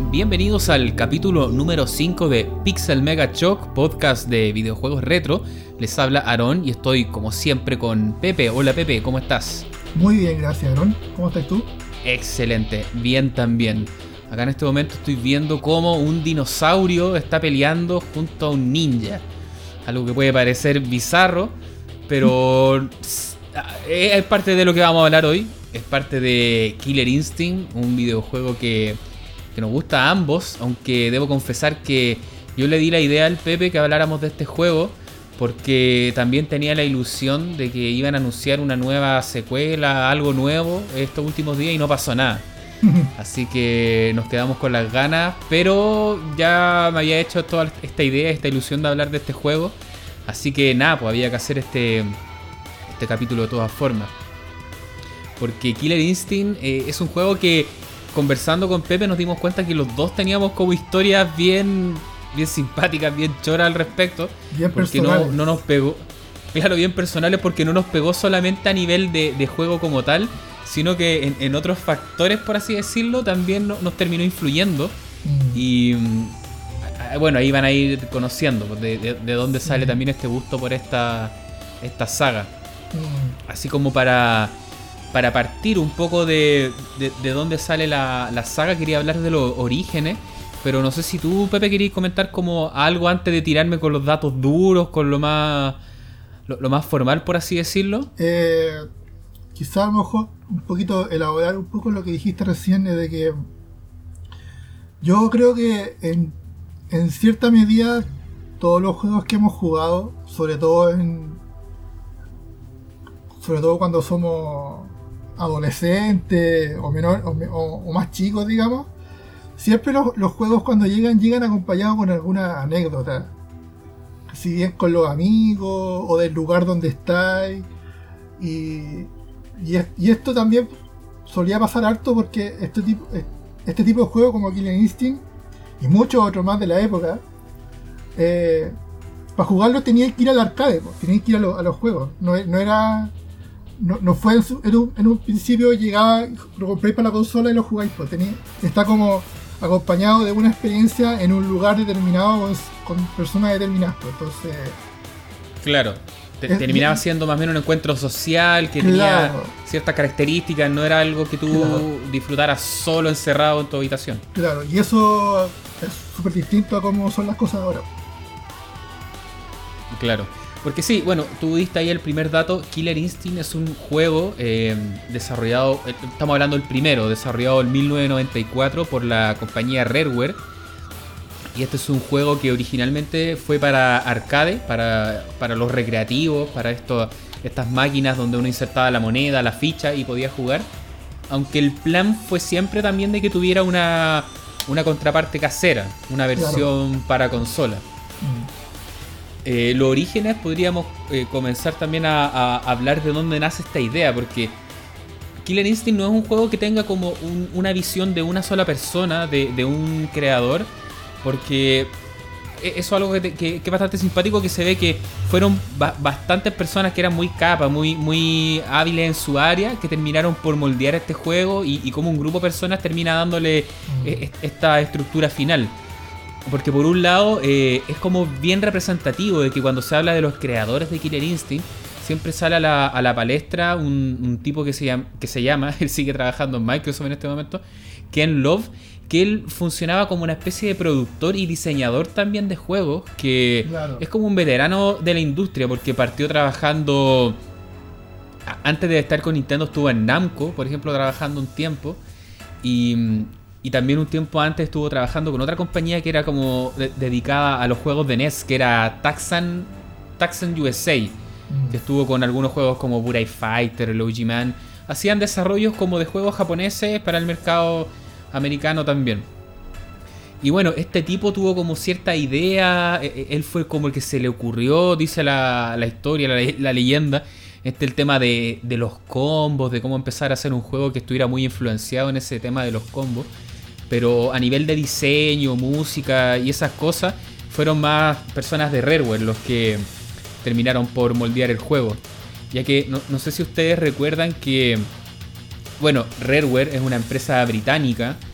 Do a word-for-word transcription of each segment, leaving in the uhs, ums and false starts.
Bienvenidos al capítulo número cinco de Pixel Mega Shock, podcast de videojuegos retro. Les habla Aarón y estoy como siempre con Pepe. Hola Pepe, ¿cómo estás? Muy bien, gracias Aarón. ¿Cómo estás tú? Excelente, bien también. Acá en este momento estoy viendo cómo un dinosaurio está peleando junto a un ninja. Algo que puede parecer bizarro, pero es parte de lo que vamos a hablar hoy. Es parte de Killer Instinct, un videojuego que, que nos gusta a ambos, aunque debo confesar que yo le di la idea al Pepe que habláramos de este juego porque también tenía la ilusión de que iban a anunciar una nueva secuela, algo nuevo estos últimos días y no pasó nada. Así que nos quedamos con las ganas, pero ya me había hecho toda esta idea, esta ilusión de hablar de este juego. Así que nada, pues había que hacer este, este capítulo de todas formas. Porque Killer Instinct eh, es un juego que, conversando con Pepe, nos dimos cuenta que los dos teníamos como historias bien, bien simpáticas, bien choras al respecto. Bien porque personales. no, no nos pegó. Claro, bien personales, porque no nos pegó solamente a nivel de, de juego como tal, sino que en, en otros factores, por así decirlo, también no, nos terminó influyendo. Mm. Y bueno, ahí van a ir conociendo de, de, de dónde sale mm. también este gusto por esta, esta saga. Mm. Así como para... Para partir un poco de, de, de dónde sale la, la saga, quería hablar de los orígenes, pero no sé si tú, Pepe, querías comentar como algo antes de tirarme con los datos duros, con lo más lo, lo más formal, por así decirlo. Eh, quizá a lo mejor un poquito elaborar un poco lo que dijiste recién, de que yo creo que en, en cierta medida todos los juegos que hemos jugado, sobre todo en sobre todo cuando somos adolescentes o menor o, o, o más chicos, digamos, siempre los, los juegos cuando llegan llegan acompañados con alguna anécdota, si bien con los amigos o del lugar donde estáis, y, y, y esto también solía pasar harto porque este tipo este tipo de juegos como Killer Instinct y muchos otros más de la época, eh, para jugarlos teníais que ir al arcade, pues, teníais que ir a, lo, a los juegos, no, no era No, no fue en, su, en, un, en un principio llegaba, lo compréis para la consola y lo jugáis, pues tenía, está como acompañado de una experiencia en un lugar determinado con, con personas determinadas, pues, entonces claro, te, es, terminaba siendo más o menos un encuentro social que claro, tenía ciertas características, no era algo que tú claro. disfrutaras solo encerrado en tu habitación. Claro, y eso es súper distinto a cómo son las cosas ahora. Claro. Porque sí, bueno, tú diste ahí el primer dato. Killer Instinct es un juego eh, desarrollado, estamos hablando del primero, desarrollado en mil novecientos noventa y cuatro por la compañía Rareware. Y este es un juego que originalmente fue para arcade, para, para los recreativos, para esto, estas máquinas donde uno insertaba la moneda, la ficha y podía jugar. Aunque el plan fue siempre también de que tuviera una, una contraparte casera, una versión claro. para consola. Mm. Eh, los orígenes podríamos eh, comenzar también a, a hablar de dónde nace esta idea, porque Killer Instinct no es un juego que tenga como un, una visión de una sola persona, de, de un creador, porque eso es algo que, que, que es bastante simpático, que se ve que fueron ba- bastantes personas que eran muy capas, muy, muy hábiles en su área, que terminaron por moldear este juego y, y como un grupo de personas termina dándole mm. e- esta estructura final. Porque por un lado eh, es como bien representativo de que cuando se habla de los creadores de Killer Instinct siempre sale a la, a la palestra un, un tipo que se, llama, que se llama, él sigue trabajando en Microsoft en este momento, Ken Love, que él funcionaba como una especie de productor y diseñador también de juegos, que claro. es como un veterano de la industria porque partió trabajando, antes de estar con Nintendo estuvo en Namco, por ejemplo, trabajando un tiempo, y... Y también un tiempo antes estuvo trabajando con otra compañía que era como de- dedicada a los juegos de N E S, que era Taxan, Taxan U S A, mm. que estuvo con algunos juegos como Burai Fighter, Luigi Man. Hacían desarrollos como de juegos japoneses para el mercado americano también. Y bueno, este tipo tuvo como cierta idea, él fue como el que se le ocurrió, dice la, la historia, la, la leyenda, este el tema de, de los combos, de cómo empezar a hacer un juego que estuviera muy influenciado en ese tema de los combos. Pero a nivel de diseño, música y esas cosas, fueron más personas de Rareware los que terminaron por moldear el juego. Ya que no, no sé si ustedes recuerdan que, bueno, Rareware es una empresa británica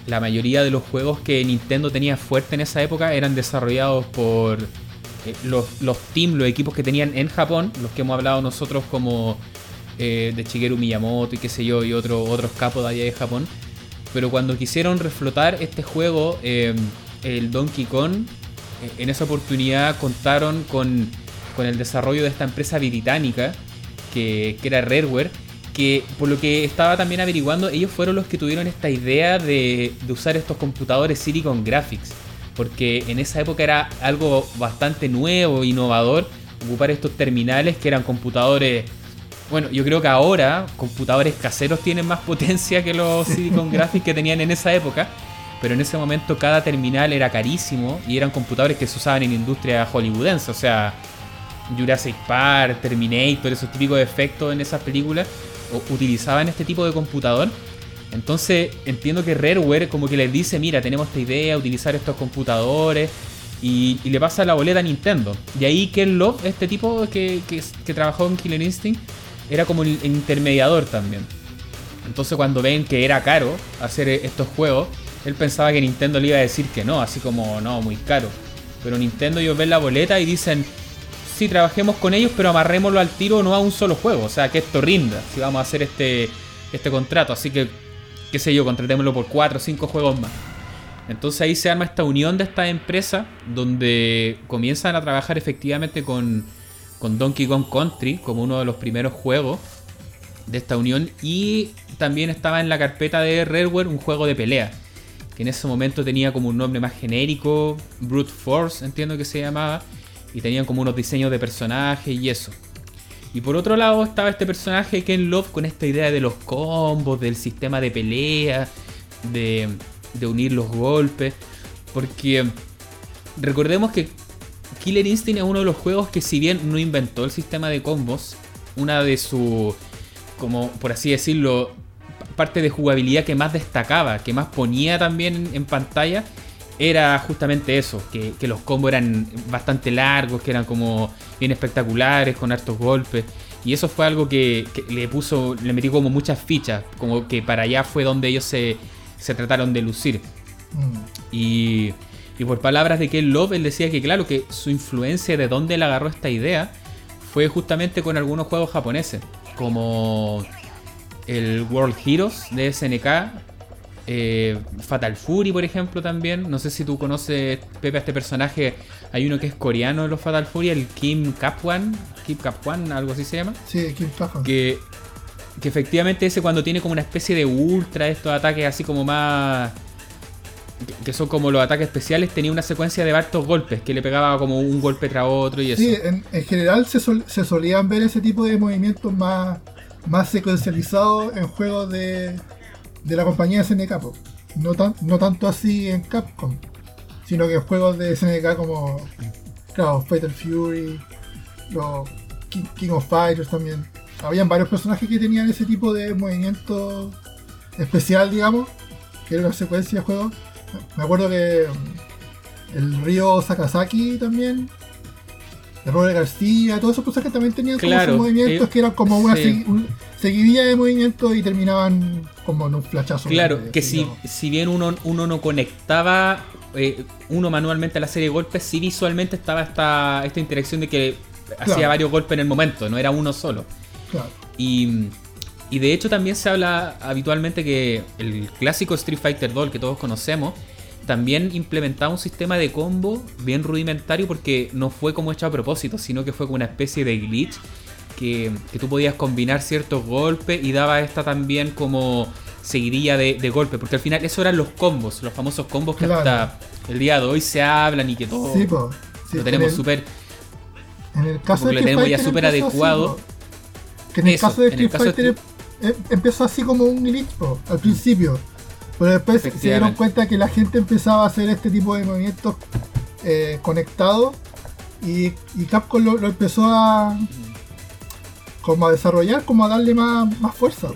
la mayoría de los juegos que Nintendo tenía fuerte en esa época eran desarrollados por eh, los, los teams, los equipos que tenían en Japón, los que hemos hablado nosotros como eh, de Shigeru Miyamoto y qué sé yo, y otro, otros capos de allá de Japón. Pero cuando quisieron reflotar este juego, eh, el Donkey Kong, eh, en esa oportunidad contaron con, con el desarrollo de esta empresa británica, que, que era Rareware, que por lo que estaba también averiguando, ellos fueron los que tuvieron esta idea de, de usar estos computadores Silicon Graphics, porque en esa época era algo bastante nuevo, innovador, ocupar estos terminales que eran computadores. Bueno, yo creo que ahora computadores caseros tienen más potencia que los Silicon Graphics que tenían en esa época, pero en ese momento cada terminal era carísimo y eran computadores que se usaban en industria hollywoodense, o sea, Jurassic Park, Terminator, esos típicos efectos en esas películas utilizaban este tipo de computador. Entonces entiendo que Rareware como que les dice, mira, tenemos esta idea, utilizar estos computadores, y, y le pasa la boleta a Nintendo. Y ahí Ken Love, este tipo que, que, que trabajó en Killer Instinct, era como el intermediador también. Entonces cuando ven que era caro hacer estos juegos, él pensaba que Nintendo le iba a decir que no, así como, no, muy caro. Pero Nintendo, ellos ven la boleta y dicen, sí, trabajemos con ellos, pero amarrémoslo al tiro, no a un solo juego. O sea, que esto rinda, si vamos a hacer este, este contrato. Así que, qué sé yo, contratémoslo por cuatro o cinco juegos más. Entonces ahí se arma esta unión de esta empresa, donde comienzan a trabajar efectivamente con, con Donkey Kong Country, como uno de los primeros juegos de esta unión. Y también estaba en la carpeta de Rareware un juego de pelea, que en ese momento tenía como un nombre más genérico, Brute Force, entiendo que se llamaba. Y tenían como unos diseños de personajes y eso. Y por otro lado estaba este personaje Ken Love con esta idea de los combos, del sistema de pelea, de, de unir los golpes. Porque recordemos que Killer Instinct es uno de los juegos que, si bien no inventó el sistema de combos, una de sus, como por así decirlo, parte de jugabilidad que más destacaba, que más ponía también en, en pantalla, era justamente eso, que, que los combos eran bastante largos, que eran como bien espectaculares, con hartos golpes. Y eso fue algo que, que le puso, le metió como muchas fichas, como que para allá fue donde ellos se, se trataron de lucir. Mm. Y, y por palabras de Ken Love, él decía que claro, que su influencia, de dónde él agarró esta idea, fue justamente con algunos juegos japoneses, como el World Heroes de S N K, Eh, Fatal Fury, por ejemplo, también. No sé si tú conoces, Pepe, a este personaje. Hay uno que es coreano de los Fatal Fury, el Kim Kap-hwan, Kim Kap-hwan, algo así se llama. Sí, Kim Kap-hwan. Que, que efectivamente ese, cuando tiene como una especie de ultra, estos ataques así como más, que son como los ataques especiales, tenía una secuencia de hartos golpes, que le pegaba como un golpe tras otro y eso. Sí, en, en general se, sol, se solían ver ese tipo de movimientos más, más secuencializados en juegos de de la compañía S N K, no, tan, no tanto así en Capcom, sino que en juegos de S N K como, claro, Fatal Fury, los King, King of Fighters también. Habían varios personajes que tenían ese tipo de movimiento especial, digamos, que era una secuencia de juegos. Me acuerdo que el Ryo Sakazaki también, el Robert García, todos esos personajes también tenían como claro, sus movimientos eh, que eran como una sí. segui- un, seguidilla de movimientos y terminaban como en un flachazo. Claro, grande, que si, si bien uno, uno no conectaba eh, uno manualmente a la serie de golpes, sí visualmente estaba esta, esta interacción de que claro. hacía varios golpes en el momento, no era uno solo. Claro. Y, y de hecho también se habla habitualmente que el clásico Street Fighter dos, que todos conocemos, también implementaba un sistema de combo bien rudimentario, porque no fue como hecho a propósito, sino que fue como una especie de glitch que, que tú podías combinar ciertos golpes y daba esta también como seguidilla de, de golpes, porque al final eso eran los combos, los famosos combos que claro. hasta el día de hoy se hablan y que todo sí, po, sí, lo tenemos súper, en el caso de lo tenemos ya súper adecuado. Así, que en el eso, caso de Street Fighter de... empezó así como un glitch po, al principio. Pero después se dieron cuenta que la gente empezaba a hacer este tipo de movimientos eh, conectados y, y Capcom lo, lo empezó a como a desarrollar, como a darle más, más fuerza.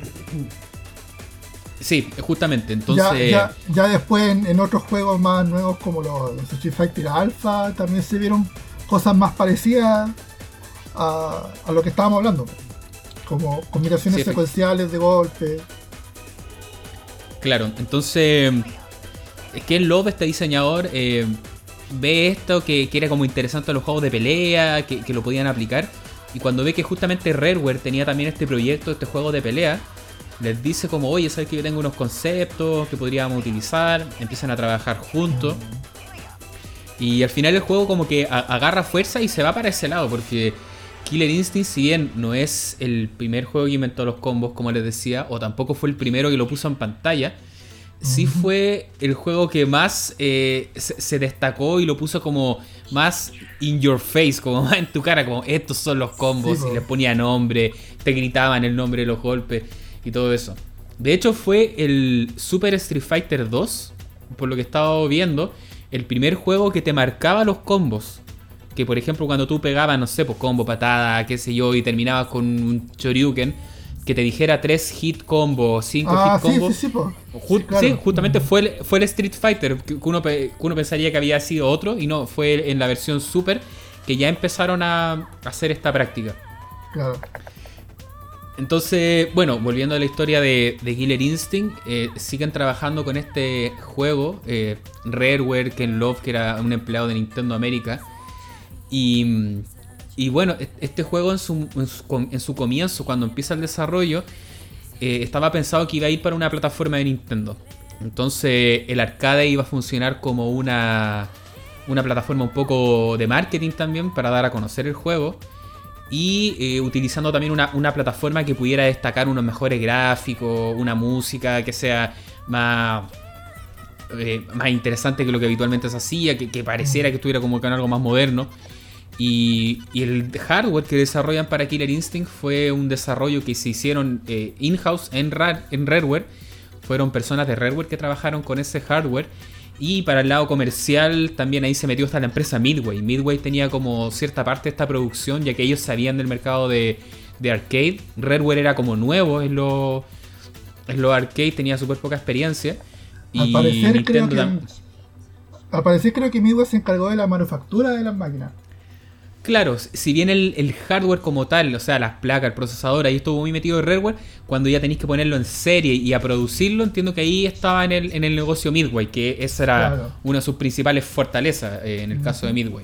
Sí, justamente, entonces... Ya, ya, ya después en, en otros juegos más nuevos como los, los Street Fighter Alpha también se vieron cosas más parecidas a, a lo que estábamos hablando. Como combinaciones sí, secuenciales de golpes. Claro, entonces Ken Love, este diseñador, eh, ve esto que, que era como interesante en los juegos de pelea, que, que lo podían aplicar. Y cuando ve que justamente Rareware tenía también este proyecto, este juego de pelea, les dice como, oye, sabes que yo tengo unos conceptos que podríamos utilizar. Empiezan a trabajar juntos. Y al final el juego como que a, agarra fuerza y se va para ese lado, porque Killer Instinct, si bien no es el primer juego que inventó los combos, como les decía, o tampoco fue el primero que lo puso en pantalla, sí fue el juego que más eh, se, se destacó y lo puso como más in your face, como más en tu cara, como estos son los combos, sí, y les ponía nombre, te gritaban el nombre de los golpes y todo eso. De hecho fue el Super Street Fighter dos, por lo que he estado viendo, el primer juego que te marcaba los combos. Que por ejemplo cuando tú pegabas, no sé, pues combo, patada, qué sé yo, y terminabas con un Shoryuken, que te dijera tres hit combo, cinco ah, hit combo. Sí, sí, sí, po. Just, sí, claro. Sí, justamente fue el, fue el Street Fighter, que uno, que uno pensaría que había sido otro, y no, fue en la versión Super que ya empezaron a hacer esta práctica. Claro. Entonces, bueno, volviendo a la historia de, de Killer Instinct, eh, siguen trabajando con este juego, eh, Rareware, Ken Love, que era un empleado de Nintendo América. Y, y bueno, este juego en su, en su, en su comienzo, cuando empieza el desarrollo, eh, estaba pensado que iba a ir para una plataforma de Nintendo. Entonces el arcade iba a funcionar como una, una plataforma un poco de marketing también, para dar a conocer el juego. Y eh, utilizando también una, una plataforma que pudiera destacar unos mejores gráficos, una música que sea más... Eh, más interesante que lo que habitualmente se hacía, que, que pareciera que estuviera como con algo más moderno. Y, y el hardware que desarrollan para Killer Instinct fue un desarrollo que se hicieron eh, in-house en, Rar, en Rareware. Fueron personas de Rareware que trabajaron con ese hardware. Y para el lado comercial también ahí se metió hasta la empresa Midway. Midway tenía como cierta parte de esta producción, ya que ellos sabían del mercado de, de arcade. Rareware era como nuevo en los en lo arcade, tenía súper poca experiencia. Al y parecer, Nintendo creo que, al parecer creo que Midway se encargó de la manufactura de las máquinas. Claro, si bien el, el hardware como tal, o sea, las placas, el procesador, ahí estuvo muy metido en Rareware, cuando ya tenéis que ponerlo en serie y a producirlo, entiendo que ahí estaba en el, en el negocio Midway, que esa era claro. una de sus principales fortalezas eh, en el uh-huh. caso de Midway.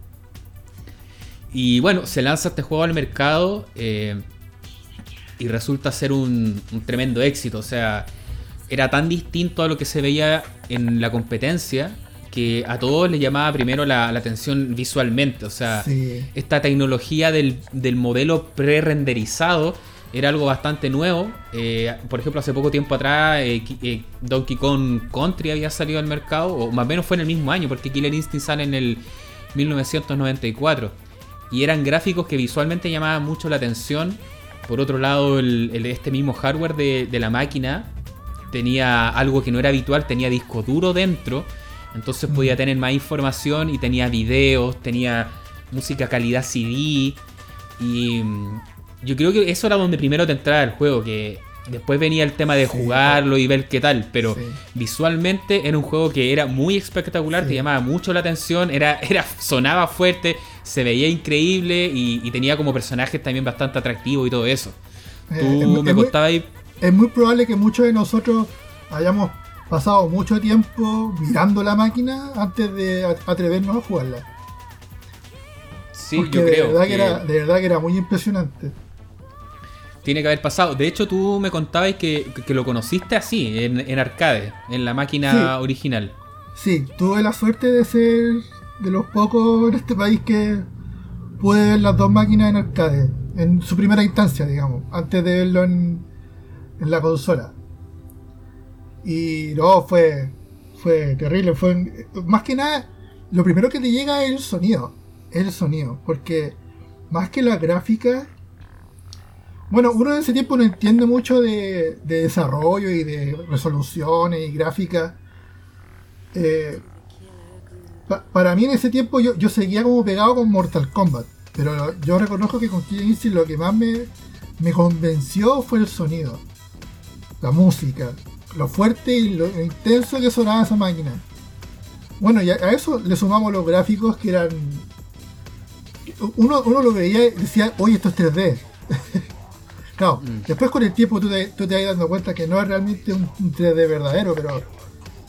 Y bueno, se lanza este juego al mercado eh, y resulta ser un, un tremendo éxito, o sea, era tan distinto a lo que se veía en la competencia que a todos les llamaba primero la, la atención visualmente. O sea, sí. esta tecnología del, del modelo pre-renderizado era algo bastante nuevo. Eh, por ejemplo, hace poco tiempo atrás eh, eh, Donkey Kong Country había salido al mercado, o más o menos fue en el mismo año, porque Killer Instinct sale en el mil novecientos noventa y cuatro. Y eran gráficos que visualmente llamaban mucho la atención. Por otro lado, el, el, este mismo hardware de, de la máquina tenía algo que no era habitual, tenía disco duro dentro. Entonces podía tener más información y tenía videos, tenía música calidad C D. Y yo creo que eso era donde primero te entraba el juego, que después venía el tema de sí, jugarlo y ver qué tal. Pero sí. visualmente era un juego que era muy espectacular, sí. te llamaba mucho la atención, era, era, sonaba fuerte, se veía increíble y, y tenía como personajes también bastante atractivos y todo eso. Eh, Tú es, me es contabas ahí... Es muy probable que muchos de nosotros hayamos pasado mucho tiempo mirando la máquina antes de atrevernos a jugarla. Sí, porque yo de creo verdad que... que era, de verdad que era muy impresionante. Tiene que haber pasado. De hecho, tú me contabas que, que lo conociste así, en, en arcade, en la máquina sí. original. Sí, tuve la suerte de ser de los pocos en este país que pude ver las dos máquinas en arcade, en su primera instancia, digamos, antes de verlo en, en la consola. Y no, fue fue terrible. Fue más que nada, lo primero que te llega es el sonido. Es el sonido. Porque más que la gráfica, bueno, uno en ese tiempo no entiende mucho de, de desarrollo y de resoluciones y gráficas. Eh, pa, para mí en ese tiempo yo, yo seguía como pegado con Mortal Kombat. Pero yo reconozco que con Killer Instinct lo que más me, me convenció fue el sonido. La música. Lo fuerte y lo intenso que sonaba esa máquina. Bueno, y a eso le sumamos los gráficos que eran... Uno, uno lo veía y decía, oye, esto es tres D. Claro, mm. después con el tiempo tú te, tú te vas dando cuenta que no es realmente un, un tres D verdadero, pero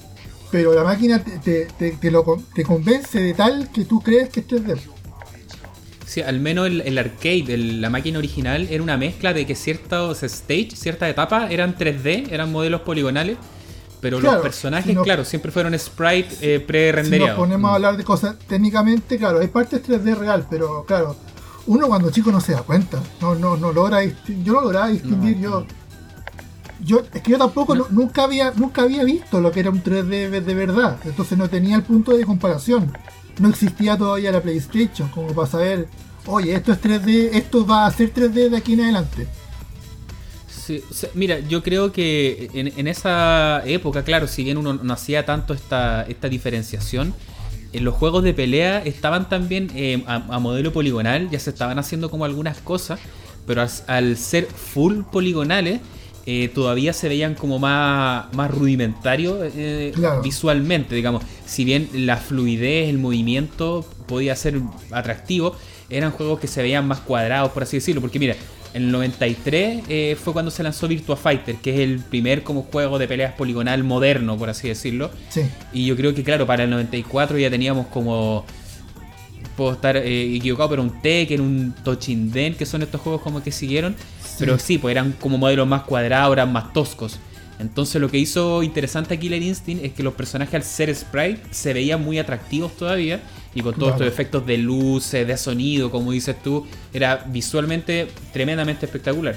pero la máquina te, te, te, te, lo, te convence de tal que tú crees que es tres D. Sí, al menos el, el arcade, el, la máquina original, era una mezcla de que ciertos stage, ciertas etapas eran tres D, eran modelos poligonales, pero claro, los personajes, si no, claro, siempre fueron sprite eh, pre-renderiados. Si nos ponemos mm. a hablar de cosas técnicamente, claro, hay partes tres D real, pero claro, uno cuando chico no se da cuenta, no no no logra distinguir, yo no lograba distinguir, no. yo yo es que yo tampoco no. No, nunca había nunca había visto lo que era un tres D de verdad, entonces no tenía el punto de comparación. No existía todavía la PlayStation como para saber, oye, esto es tres D, esto va a ser tres D de aquí en adelante. Sí, o sea, mira, yo creo que en, en esa época, claro, si bien uno no hacía tanto esta, esta diferenciación, en los juegos de pelea estaban también eh, a, a modelo poligonal, ya se estaban haciendo como algunas cosas, pero al, al ser full poligonales, Eh, todavía se veían como más, más rudimentarios eh, claro. visualmente, digamos. Si bien la fluidez, el movimiento podía ser atractivo, eran juegos que se veían más cuadrados, por así decirlo. Porque mira, en el noventa y tres eh, fue cuando se lanzó Virtua Fighter, que es el primer como juego de peleas poligonal moderno, por así decirlo. Sí. Y yo creo que claro, para el noventa y cuatro ya teníamos como... Puedo estar eh, equivocado, pero un Tekken, un Toshinden, que son estos juegos como que siguieron. Sí. Pero sí, pues eran como modelos más cuadrados, eran más toscos. Entonces lo que hizo interesante a Killer Instinct es que los personajes al ser sprite se veían muy atractivos todavía. Y con todos claro. estos efectos de luces, de sonido, como dices tú, era visualmente tremendamente espectacular.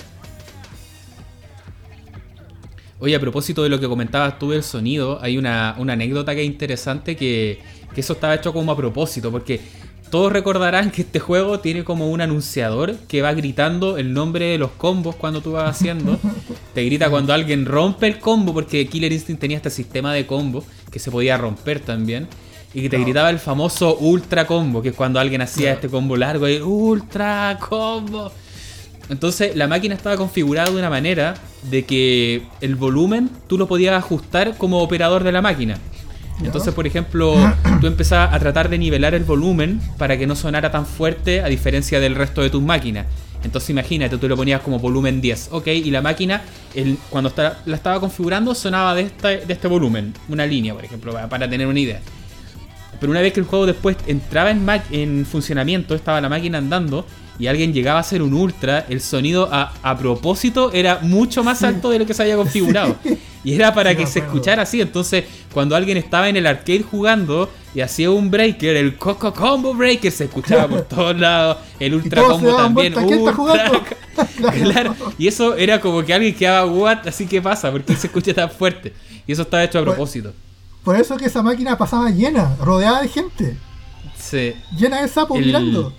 Oye, a propósito de lo que comentabas tú del sonido, hay una, una anécdota que es interesante, que, que eso estaba hecho como a propósito, porque... Todos recordarán que este juego tiene como un anunciador que va gritando el nombre de los combos cuando tú vas haciendo. Te grita cuando alguien rompe el combo, porque Killer Instinct tenía este sistema de combo que se podía romper también. Y que te no. gritaba el famoso ultra combo, que es cuando alguien hacía no. este combo largo y ultra combo. Entonces la máquina estaba configurada de una manera de que el volumen tú lo podías ajustar como operador de la máquina. Entonces, por ejemplo, tú empezabas a tratar de nivelar el volumen para que no sonara tan fuerte a diferencia del resto de tus máquinas. Entonces imagínate, tú lo ponías como volumen diez, ok, y la máquina, el, cuando está, la estaba configurando, sonaba de este, de este volumen, una línea, por ejemplo, para, para tener una idea. Pero una vez que el juego después entraba en, en funcionamiento, estaba la máquina andando, y alguien llegaba a hacer un ultra, el sonido a, a propósito era mucho más alto de lo que se había configurado. Y era para que se escuchara así. Entonces, cuando alguien estaba en el arcade jugando y hacía un breaker, el Coco Combo Breaker, se escuchaba por todos lados. El Ultra Combo también. Ultra, claro. Y eso era como que alguien quedaba, what, así que pasa, porque se escucha tan fuerte. Y eso estaba hecho a propósito. Por, por eso que esa máquina pasaba llena, rodeada de gente. Sí. Llena de sapos el... mirando.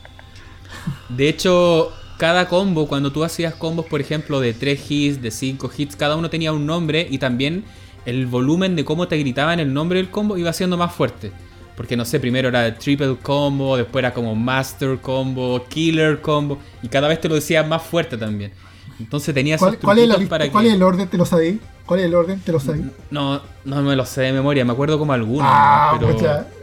De hecho, cada combo, cuando tú hacías combos, por ejemplo, de tres hits, de cinco hits, cada uno tenía un nombre, y también el volumen de cómo te gritaban el nombre del combo iba siendo más fuerte. Porque no sé, primero era triple combo, después era como master combo, killer combo, y cada vez te lo decía más fuerte también. Entonces tenías ¿Cuál, ¿cuál, es, la, para ¿cuál que... es el orden? ¿Te lo sabí? ¿Cuál es el orden? ¿Te lo sabí? No, no me lo sé de memoria, me acuerdo como algunos. Ah, pero...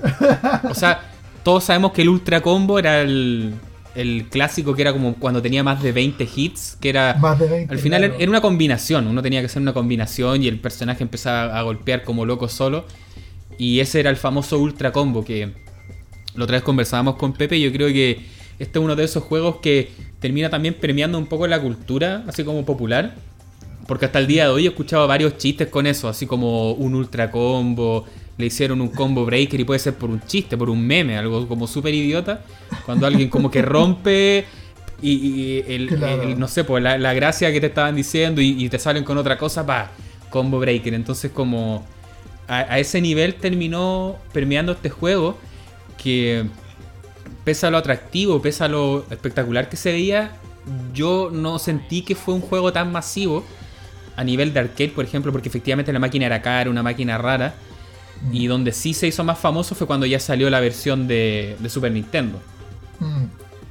O sea, todos sabemos que el ultra combo era el... el clásico, que era como cuando tenía más de veinte hits, que era más de veinte, al final claro. Era una combinación, uno tenía que hacer una combinación y el personaje empezaba a golpear como loco solo, y ese era el famoso ultra combo que la otra vez conversábamos con Pepe. Y yo creo que este es uno de esos juegos que termina también premiando un poco la cultura así como popular, porque hasta el día de hoy he escuchado varios chistes con eso, así como un ultra combo, le hicieron un combo breaker, y puede ser por un chiste, por un meme, algo como súper idiota, cuando alguien como que rompe y, y el, claro. el, no sé, pues la, la gracia que te estaban diciendo y, y te salen con otra cosa, pa, combo breaker. Entonces como a, a ese nivel terminó permeando este juego, que pese a lo atractivo, pese a lo espectacular que se veía, yo no sentí que fue un juego tan masivo a nivel de arcade, por ejemplo, porque efectivamente la máquina era cara, una máquina rara. Y donde sí se hizo más famoso fue cuando ya salió la versión de, de Super Nintendo. Mm.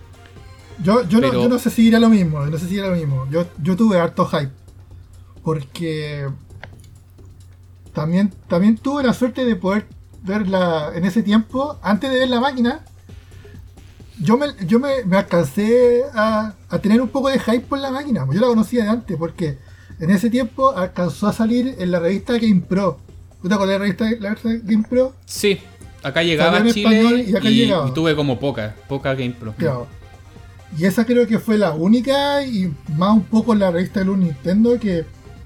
Yo, yo, Pero... no, yo no sé si era lo mismo, no sé si era lo mismo. Yo, yo tuve harto hype. Porque también, también tuve la suerte de poder verla en ese tiempo. Antes de ver la máquina, yo me, yo me, me alcancé a, a tener un poco de hype por la máquina. Yo la conocía de antes, porque en ese tiempo alcanzó a salir en la revista GamePro. ¿Tú te acuerdas de la revista, la revista GamePro? Sí, acá llegaba a Chile y, acá y, y tuve como poca, poca GamePro. Claro. Y esa creo que fue la única y más un poco la revista de Club Nintendo que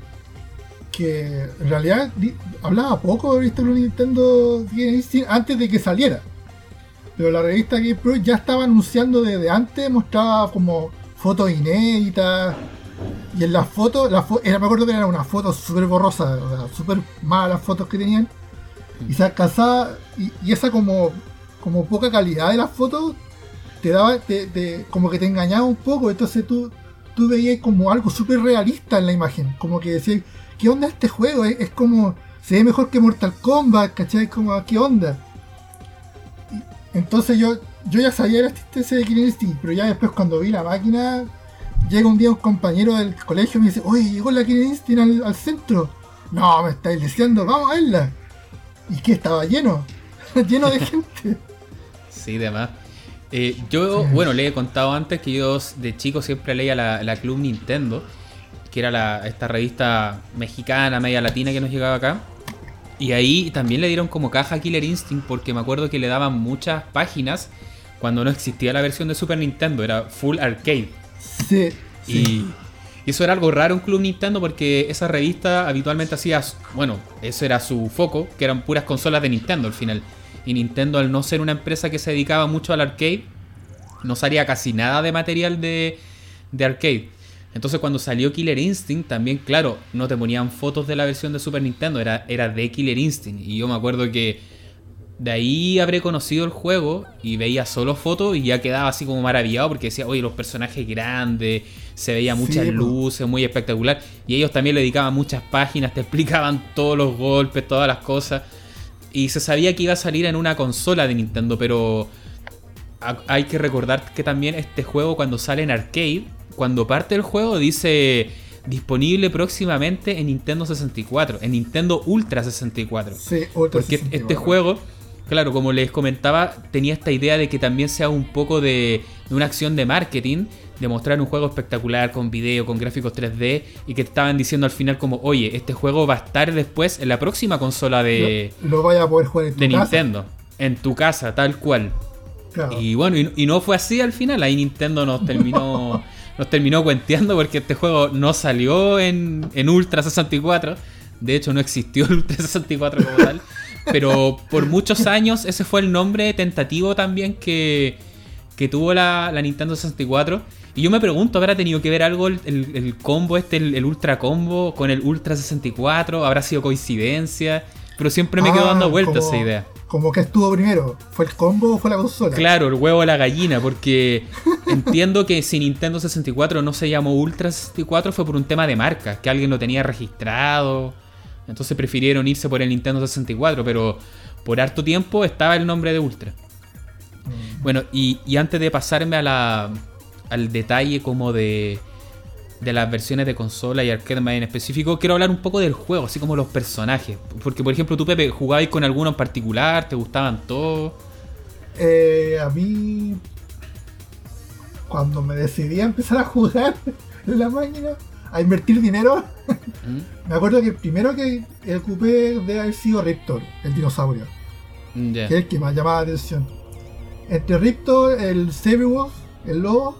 que en realidad di, hablaba poco de la revista de Club Nintendo antes de que saliera. Pero la revista GamePro ya estaba anunciando desde antes, mostraba como fotos inéditas. Y en las fotos, la fo era, me acuerdo que eran unas fotos súper borrosas, o sea, súper malas las fotos que tenían. Y se alcanzaba, y, y esa como, como poca calidad de las fotos, te daba, te, te, como que te engañaba un poco. Entonces tú, tú veías como algo súper realista en la imagen. Como que decías, ¿qué onda este juego? Es, es como, se ve mejor que Mortal Kombat, ¿cachai? Como, ¿qué onda? Y, entonces yo, yo ya sabía la existencia de Killer Instinct, pero ya después cuando vi la máquina... Llega un día un compañero del colegio y me dice, oye, llegó la Killer Instinct al, al centro. No, me estáis diciendo, vamos a verla. Y que estaba lleno, lleno de gente. Sí, demás. Eh, yo, sí. bueno, le he contado antes que yo de chico siempre leía la, la Club Nintendo, que era la, esta revista mexicana, media latina que nos llegaba acá. Y ahí también le dieron como caja a Killer Instinct porque me acuerdo que le daban muchas páginas cuando no existía la versión de Super Nintendo, era full arcade. Sí, y, sí. y eso era algo raro en Club Nintendo porque esa revista habitualmente hacía, bueno, eso era su foco, que eran puras consolas de Nintendo al final. Y Nintendo, al no ser una empresa que se dedicaba mucho al arcade, no salía casi nada de material de, de arcade. Entonces cuando salió Killer Instinct también, claro, no te ponían fotos de la versión de Super Nintendo, era, era de Killer Instinct. Y yo me acuerdo que de ahí habré conocido el juego y veía solo fotos y ya quedaba así como maravillado porque decía, oye, los personajes grandes, se veía muchas sí, luces, muy espectacular. Y ellos también le dedicaban muchas páginas, te explicaban todos los golpes, todas las cosas. Y se sabía que iba a salir en una consola de Nintendo, pero hay que recordar que también este juego cuando sale en arcade, cuando parte el juego dice disponible próximamente en Nintendo sesenta y cuatro, en Nintendo Ultra sesenta y cuatro. Sí, Ultra porque sesenta y cuatro. Este juego... Claro, como les comentaba, tenía esta idea de que también sea un poco de, de una acción de marketing, de mostrar un juego espectacular con video, con gráficos tres D, y que te estaban diciendo al final como, oye, este juego va a estar después en la próxima consola de, lo, lo vaya a poder jugar en tu de casa. Nintendo, en tu casa, tal cual. Claro. Y bueno, y, y no fue así al final, ahí Nintendo nos terminó nos terminó cuenteando porque este juego no salió en, en Ultra sesenta y cuatro, de hecho no existió el Ultra sesenta y cuatro como tal. Pero por muchos años ese fue el nombre tentativo también que, que tuvo la, la Nintendo sesenta y cuatro. Y yo me pregunto, ¿habrá tenido que ver algo el, el, el combo este, el, el Ultra Combo con el Ultra sesenta y cuatro? ¿Habrá sido coincidencia? Pero siempre me ah, quedo dando vueltas como, esa idea. ¿Como que estuvo primero? ¿Fue el combo o fue la consola? Claro, el huevo o la gallina, porque entiendo que si Nintendo sesenta y cuatro no se llamó Ultra sesenta y cuatro fue por un tema de marca, que alguien lo tenía registrado. Entonces prefirieron irse por el Nintendo sesenta y cuatro, pero por harto tiempo estaba el nombre de Ultra. Mm. Bueno, y, y antes de pasarme a la, al detalle como de, de las versiones de consola y arcade más en específico, quiero hablar un poco del juego, así como los personajes. Porque, por ejemplo, tú, Pepe, ¿jugabas con alguno en particular? ¿Te gustaban todos? Eh, a mí, cuando me decidí a empezar a jugar en la máquina, a invertir dinero, ¿Mm? me acuerdo que el primero que ocupé de haber sido Riptor, el dinosaurio, yeah. que es el que más llamaba la atención. Entre Riptor, el Saberwolf, el lobo,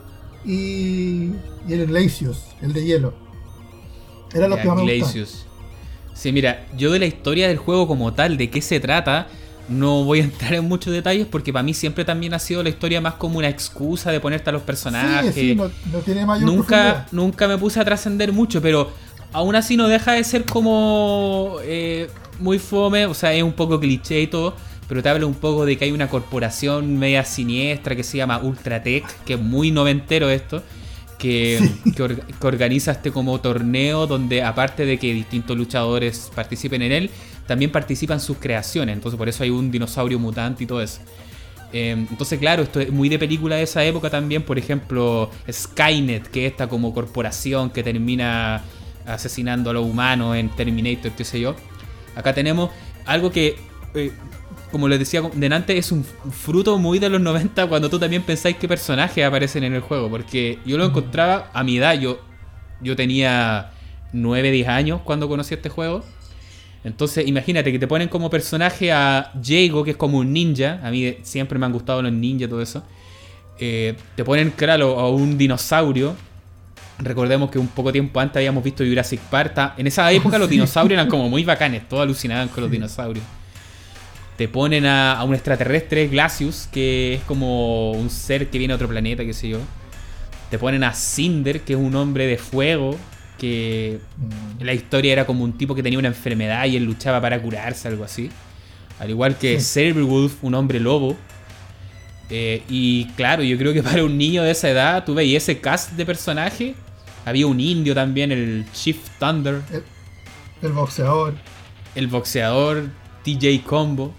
y, y el Glacius, el de hielo. Era lo yeah, que más me Glacius. gustaba. Sí, mira, yo de la historia del juego como tal, de qué se trata, no voy a entrar en muchos detalles porque para mí siempre también ha sido la historia más como una excusa de ponerte a los personajes. Sí, sí, no, no tiene mayor nunca, nunca me puse a trascender mucho, pero aún así no deja de ser como eh, muy fome, o sea, es un poco cliché y todo, pero te habla un poco de que hay una corporación media siniestra que se llama Ultratech, que es muy noventero esto, que, sí. que, or, que organiza este como torneo donde aparte de que distintos luchadores participen en él, también participan sus creaciones, entonces por eso hay un dinosaurio mutante y todo eso. Eh, entonces claro, esto es muy de película de esa época también, por ejemplo Skynet, que es esta como corporación que termina asesinando a los humanos en Terminator, qué sé yo. Acá tenemos algo que, eh, como les decía delante, es un fruto muy de los noventa, cuando tú también pensáis qué personajes aparecen en el juego, porque yo lo encontraba a mi edad, yo, yo tenía nueve, diez años cuando conocí este juego. Entonces, imagínate que te ponen como personaje a Jago, que es como un ninja. A mí siempre me han gustado los ninjas, todo eso. Eh, te ponen, claro, a un dinosaurio. Recordemos que un poco tiempo antes habíamos visto Jurassic Park. En esa época los dinosaurios eran como muy bacanes. Todos alucinaban con los dinosaurios. Te ponen a, a un extraterrestre, Glacius, que es como un ser que viene de otro planeta, qué sé yo. Te ponen a Cinder, que es un hombre de fuego, que mm. la historia era como un tipo que tenía una enfermedad y él luchaba para curarse, algo así. Al igual que sí. Saberwolf, un hombre lobo. Eh, y claro, yo creo que para un niño de esa edad, tú veis ese cast de personaje. Había un indio también, el Chief Thunder. El, el boxeador. El boxeador, T J Combo.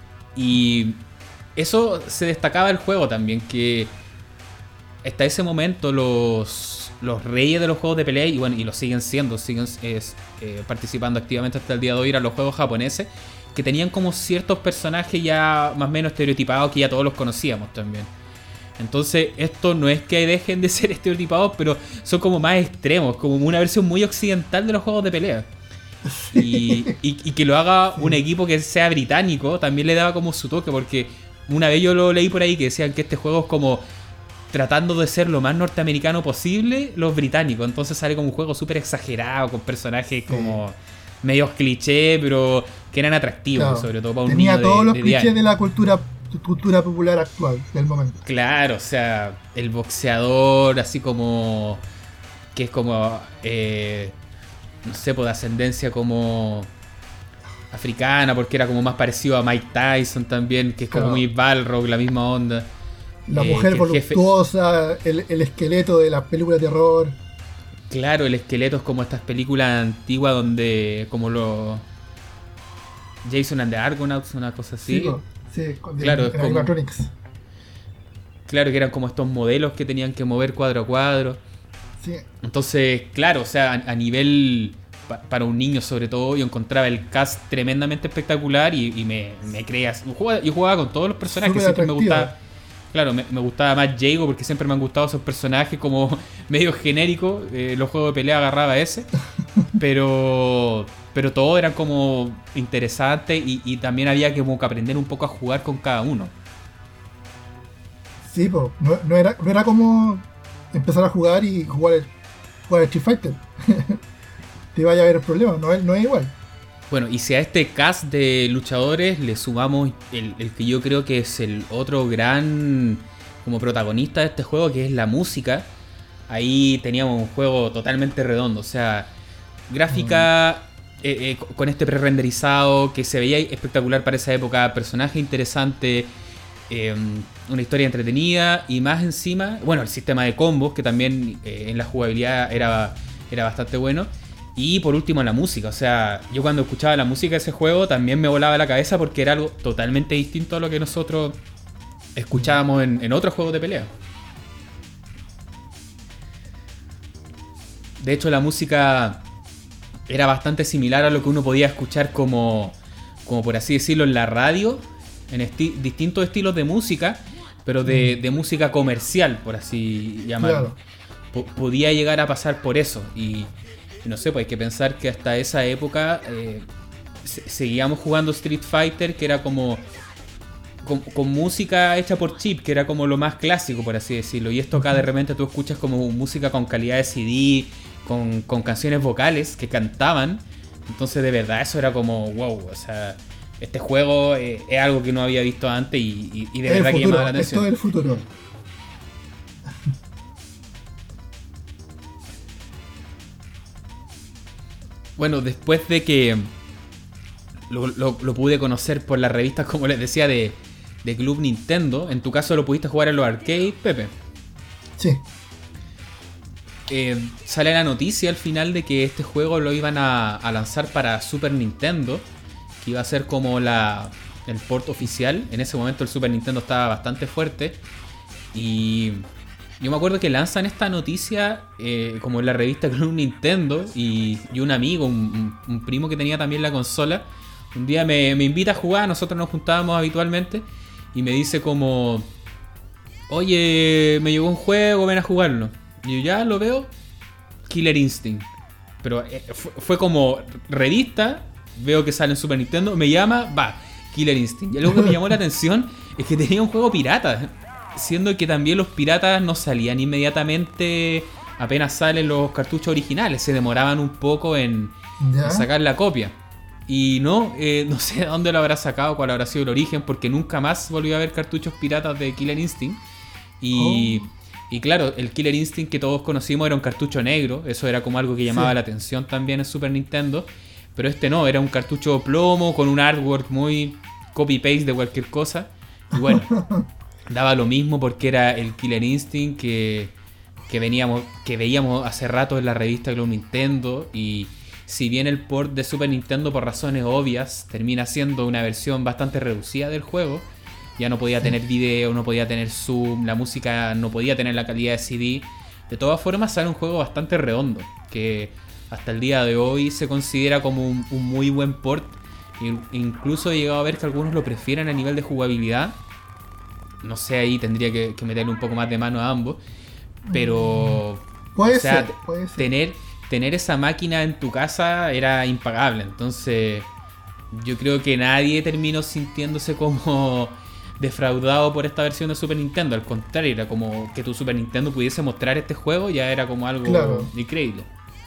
Y eso se destacaba del juego también, que hasta ese momento los, los reyes de los juegos de pelea, y bueno, y lo siguen siendo, siguen es, eh, participando activamente hasta el día de hoy, eran los juegos japoneses, que tenían como ciertos personajes ya más o menos estereotipados que ya todos los conocíamos también. Entonces esto no es que dejen de ser estereotipados, pero son como más extremos, como una versión muy occidental de los juegos de pelea. Y, y, y que lo haga un equipo que sea británico también le daba como su toque, porque una vez yo lo leí por ahí que decían que este juego es como tratando de ser lo más norteamericano posible los británicos, entonces sale como un juego súper exagerado con personajes sí. como medios clichés, pero que eran atractivos, claro. sobre todo para un Tenía niño todos de, los de clichés de la cultura cultura popular actual del momento. Claro, o sea, el boxeador así como que es como eh, no sé, por ascendencia como africana, porque era como más parecido a Mike Tyson también, que es como claro. muy Balrog, la misma onda. La eh, mujer voluptuosa, jefe... el, el esqueleto de las películas de terror. Claro, el esqueleto es como estas películas antiguas donde como los Jason and the Argonauts, una cosa así. Sí, sí con claro, de, como... claro, que eran como estos modelos que tenían que mover cuadro a cuadro. Sí. Entonces, claro, o sea, a, a nivel pa, para un niño sobre todo, yo encontraba el cast tremendamente espectacular y, y me, me creas. Yo jugaba, yo jugaba con todos los personajes, Súper siempre atractivo. me gustaba. Claro, me, me gustaba más Jago porque siempre me han gustado esos personajes como medio genéricos. Eh, los juegos de pelea agarraba ese. Pero pero todos eran como interesantes y, y también había que, como que aprender un poco a jugar con cada uno. Sí, pues no, no, era, no era como empezar a jugar y jugar el, jugar el Street Fighter. Te vaya a ver el problema, no es, no es igual. Bueno, y si a este cast de luchadores le sumamos el, el que yo creo que es el otro gran como protagonista de este juego, que es la música, ahí teníamos un juego totalmente redondo. O sea, gráfica mm. eh, eh, con este pre-renderizado que se veía espectacular para esa época, personaje interesante, eh, una historia entretenida y más encima, bueno, el sistema de combos que también eh, en la jugabilidad era, era bastante bueno. Y por último la música, o sea, yo cuando escuchaba la música de ese juego también me volaba la cabeza porque era algo totalmente distinto a lo que nosotros escuchábamos en, en otros juegos de pelea. De hecho, la música era bastante similar a lo que uno podía escuchar como, como por así decirlo, en la radio, en esti- distintos estilos de música, pero de, de música comercial, por así llamarlo. Claro. P- podía llegar a pasar por eso y... No sé, pues hay que pensar que hasta esa época eh, se- seguíamos jugando Street Fighter, que era como con, con música hecha por chip, que era como lo más clásico, por así decirlo. Y esto acá de repente tú escuchas como música con calidad de C D, con, con canciones vocales que cantaban. Entonces de verdad eso era como wow, o sea, este juego eh, es algo que no había visto antes y, y, y de verdad que llamaba la atención. Esto es el futuro. Bueno, después de que lo, lo, lo pude conocer por las revistas, como les decía, de, de Club Nintendo. En tu caso lo pudiste jugar en los arcades, Pepe. Sí. Eh, sale la noticia al final de que este juego lo iban a, a lanzar para Super Nintendo, que iba a ser como la, el port oficial. En ese momento el Super Nintendo estaba bastante fuerte. Y... yo me acuerdo que lanzan esta noticia eh, como en la revista Club Nintendo y, y un amigo, un, un, un primo que tenía también la consola, un día me, me invita a jugar, nosotros nos juntábamos habitualmente y me dice como, oye, me llegó un juego, ven a jugarlo. Y yo ya lo veo, Killer Instinct. Pero eh, fue, fue como revista, veo que sale en Super Nintendo, me llama, va, Killer Instinct. Y algo que me llamó la atención es que tenía un juego pirata, siendo que también los piratas no salían inmediatamente apenas salen los cartuchos originales, se demoraban un poco en, en sacar la copia. Y no, eh, no sé de dónde lo habrá sacado, cuál habrá sido el origen, porque nunca más volvió a haber cartuchos piratas de Killer Instinct. Y, oh. y claro, el Killer Instinct que todos conocimos era un cartucho negro, eso era como algo que llamaba sí. la atención también en Super Nintendo. Pero este no, era un cartucho plomo con un artwork muy copy-paste de cualquier cosa. Y bueno, daba lo mismo porque era el Killer Instinct que, que, veníamos, que veíamos hace rato en la revista Club Nintendo. Y si bien el port de Super Nintendo por razones obvias termina siendo una versión bastante reducida del juego, ya no podía tener video, no podía tener zoom, la música no podía tener la calidad de C D. De todas formas sale un juego bastante redondo, que hasta el día de hoy se considera como un, un muy buen port. Incluso he llegado a ver que algunos lo prefieren a nivel de jugabilidad. No sé, ahí tendría que, que meterle un poco más de mano a ambos. Pero puede o sea, ser, puede ser. tener... tener esa máquina en tu casa era impagable. Entonces yo creo que nadie terminó sintiéndose como defraudado por esta versión de Super Nintendo. Al contrario, era como que tu Super Nintendo pudiese mostrar este juego, ya era como algo claro. increíble.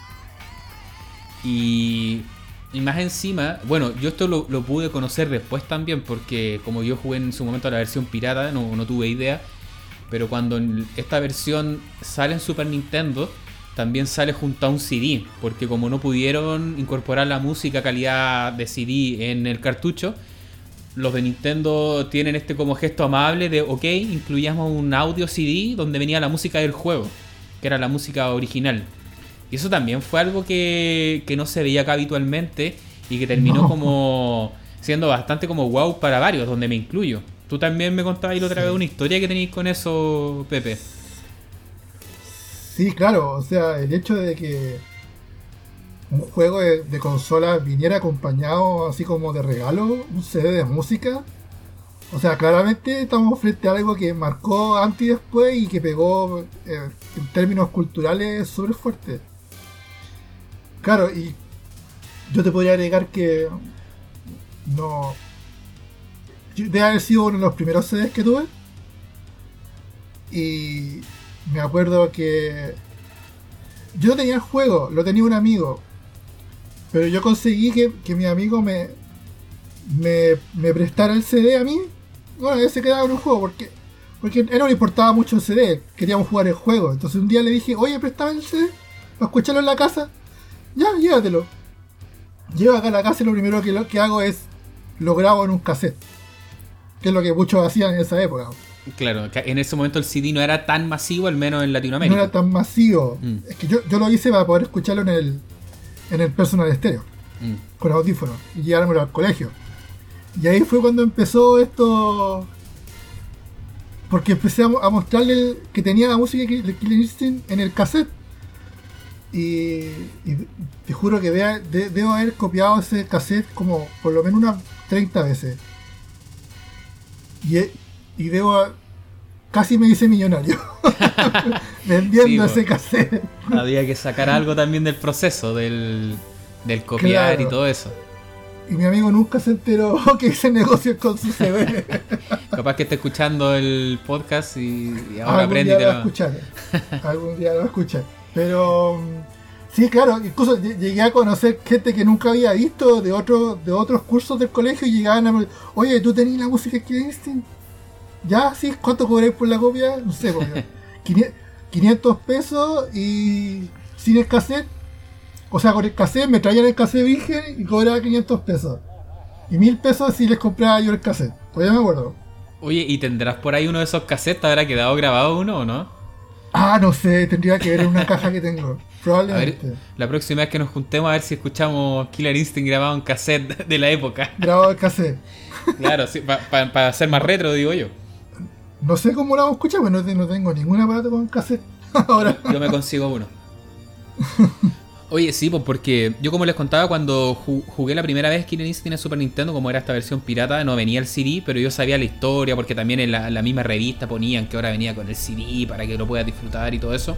Y, y más encima, bueno, yo esto lo, lo pude conocer después también, porque como yo jugué en su momento la versión pirata, no, no tuve idea. Pero cuando esta versión sale en Super Nintendo, también sale junto a un C D, porque como no pudieron incorporar la música calidad de C D en el cartucho, los de Nintendo tienen este como gesto amable de ok, incluyamos un audio C D donde venía la música del juego, que era la música original. Y eso también fue algo que, que no se veía acá habitualmente y que terminó no. como siendo bastante como wow para varios, donde me incluyo. Tú también me contabas ahí la otra sí. vez una historia que tenéis con eso, Pepe. Sí, claro, o sea, el hecho de que un juego de, de consola viniera acompañado así como de regalo, un C D de música, o sea, claramente estamos frente a algo que marcó antes y después y que pegó eh, en términos culturales súper fuerte. Claro, y yo te podría agregar que no... debe haber sido uno de los primeros C Ds que tuve y... me acuerdo que yo tenía el juego, lo tenía un amigo, pero yo conseguí que, que mi amigo me, me me prestara el C D a mí. Bueno, él se quedaba en un juego porque porque a él no le importaba mucho el C D, queríamos jugar el juego. Entonces un día le dije, oye, préstame el C D para escucharlo en la casa. Ya, llévatelo. Llego acá a la casa y lo primero que, lo que hago es lo grabo en un cassette, que es lo que muchos hacían en esa época. Claro, en ese momento el C D no era tan masivo, al menos en Latinoamérica. No era tan masivo. Mm. Es que yo, yo lo hice para poder escucharlo en el en el personal estéreo, mm. con audífonos, y llevármelo al colegio. Y ahí fue cuando empezó esto, porque empecé a, a mostrarle el, que tenía la música de Killer Instinct en el cassette. Y, y te juro que de, de, debo haber copiado ese cassette como por lo menos unas treinta veces. Y Y debo... casi me hice millonario vendiendo sí, ese cassette. Había que sacar algo también del proceso, del, del copiar claro. y todo eso. Y mi amigo nunca se enteró que hice negocios con su C D. Capaz que esté escuchando el podcast y, y ahora aprende y te lo va a escuchar. Algún día lo va a escuchar. Pero... sí, claro, incluso llegué a conocer gente que nunca había visto de, otro, de otros cursos del colegio y llegaban a... oye, ¿tú tenías la música de Killer Instinct? Ya, sí, ¿cuánto cobráis por la copia? No sé, porque quinientos pesos y sin el cassette. O sea, con el cassette me traían el cassette virgen y cobraba quinientos pesos. Y mil pesos si les compraba yo el cassette. Todavía me acuerdo. Oye, ¿y tendrás por ahí uno de esos cassettes? ¿Te habrá quedado grabado uno o no? Ah, no sé, tendría que ver en una caja que tengo. Probablemente. A ver, la próxima vez que nos juntemos a ver si escuchamos Killer Instinct grabado en cassette de la época. Grabado en cassette. Claro, sí, para pa, pa ser más retro, digo yo. No sé cómo lo vamos a escuchar, pero no, no tengo ningún aparato con cassette ahora. Yo me consigo uno. Oye, sí, pues porque yo como les contaba, cuando jugué la primera vez Killer Instinct en Super Nintendo, como era esta versión pirata, no venía el C D, pero yo sabía la historia, porque también en la, en la misma revista ponían que ahora venía con el C D para que lo puedas disfrutar y todo eso.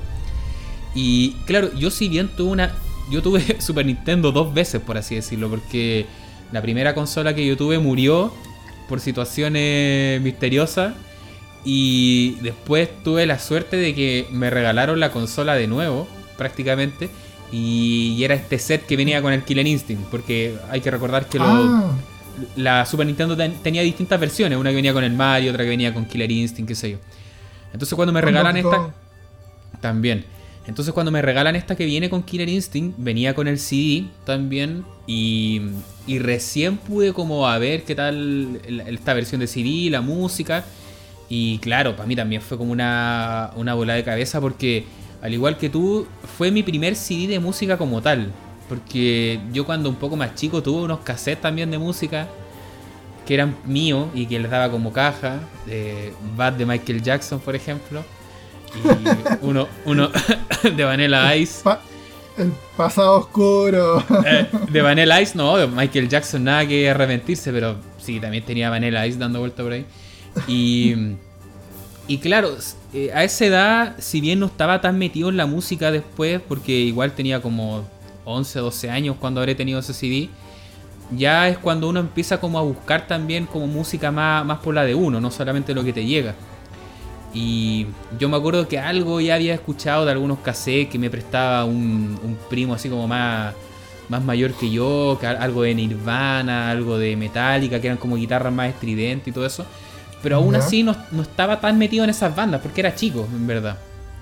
Y claro, yo si bien tuve una... Yo tuve Super Nintendo dos veces, por así decirlo, porque La primera consola que yo tuve murió por situaciones misteriosas. Y después tuve la suerte de que me regalaron la consola de nuevo, prácticamente. Y, y era este set que venía con el Killer Instinct. Porque hay que recordar que Ah, lo, la Super Nintendo ten- tenía distintas versiones. Una que venía con el Mario, otra que venía con Killer Instinct, qué sé yo. Entonces cuando me con regalan Donkey esta... Kong. También. Entonces cuando me regalan esta que viene con Killer Instinct, venía con el C D también. Y, y recién pude como a ver qué tal el- esta versión de C D, la música. Y claro, para mí también fue como una, una bola de cabeza porque, al igual que tú, fue mi primer C D de música como tal. Porque yo cuando un poco más chico tuve unos cassettes también de música que eran míos y que les daba como caja. De Bad de Michael Jackson, por ejemplo. Y uno, uno de Vanilla Ice. Pa- el pasado oscuro. Eh, de Vanilla Ice, no, de Michael Jackson nada que arrepentirse, pero sí, también tenía Vanilla Ice dando vuelta por ahí. Y, y claro, eh, a esa edad, si bien no estaba tan metido en la música después, porque igual tenía como once, doce años cuando habré tenido ese C D, ya es cuando uno empieza como a buscar también como música más, más por la de uno, no solamente lo que te llega. Y yo me acuerdo que algo ya había escuchado de algunos cassettes que me prestaba un, un primo así como más, más mayor que yo, que algo de Nirvana, algo de Metallica, que eran como guitarras más estridentes y todo eso. Pero aún Ya. así no, no estaba tan metido en esas bandas, porque era chico, en verdad.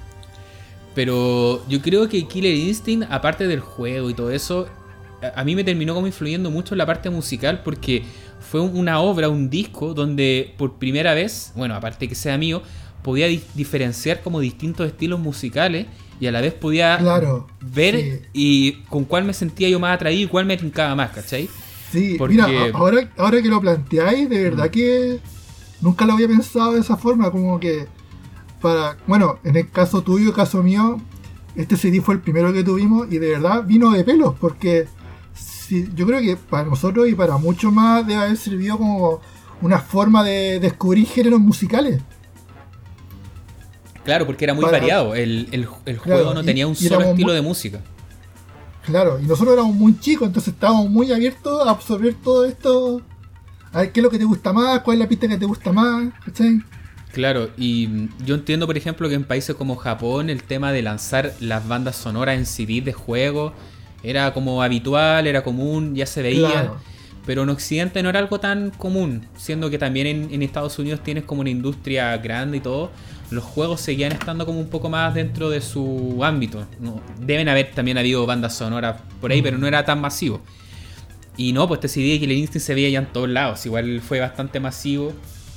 Pero yo creo que Killer Instinct, aparte del juego y todo eso, a, a mí me terminó como influyendo mucho en la parte musical, porque fue un- una obra, un disco, donde por primera vez, bueno, aparte que sea mío, podía di- diferenciar como distintos estilos musicales y a la vez podía Claro. ver Sí. y con cuál me sentía yo más atraído y cuál me trincaba más, ¿cachai? Sí, Porque- mira, a- ahora, ahora que lo planteáis, de verdad Mm. que nunca lo había pensado de esa forma, como que para, bueno, en el caso tuyo, caso mío, este C D fue el primero que tuvimos y de verdad vino de pelos, porque sí, yo creo que para nosotros y para muchos más debe haber servido como una forma de descubrir géneros musicales. Claro, porque era muy Para- variado. El, el, el Claro, juego no y- tenía un y solo éramos estilo muy- de música. Claro, y nosotros éramos muy chicos, entonces estábamos muy abiertos a absorber todo esto. A ver qué es lo que te gusta más, cuál es la pista que te gusta más, ¿cachai? Claro, y mm, yo entiendo, por ejemplo, que en países como Japón el tema de lanzar las bandas sonoras en C D de juego era como habitual, era común, ya se veía. Claro. Pero en Occidente no era algo tan común, siendo que también en, en Estados Unidos tienes como una industria grande y todo. Los juegos seguían estando como un poco más dentro de su ámbito. No, deben haber también habido bandas sonoras por ahí, pero no era tan masivo. Y no, pues este C D de Killer Instinct se veía ya en todos lados. Igual fue bastante masivo.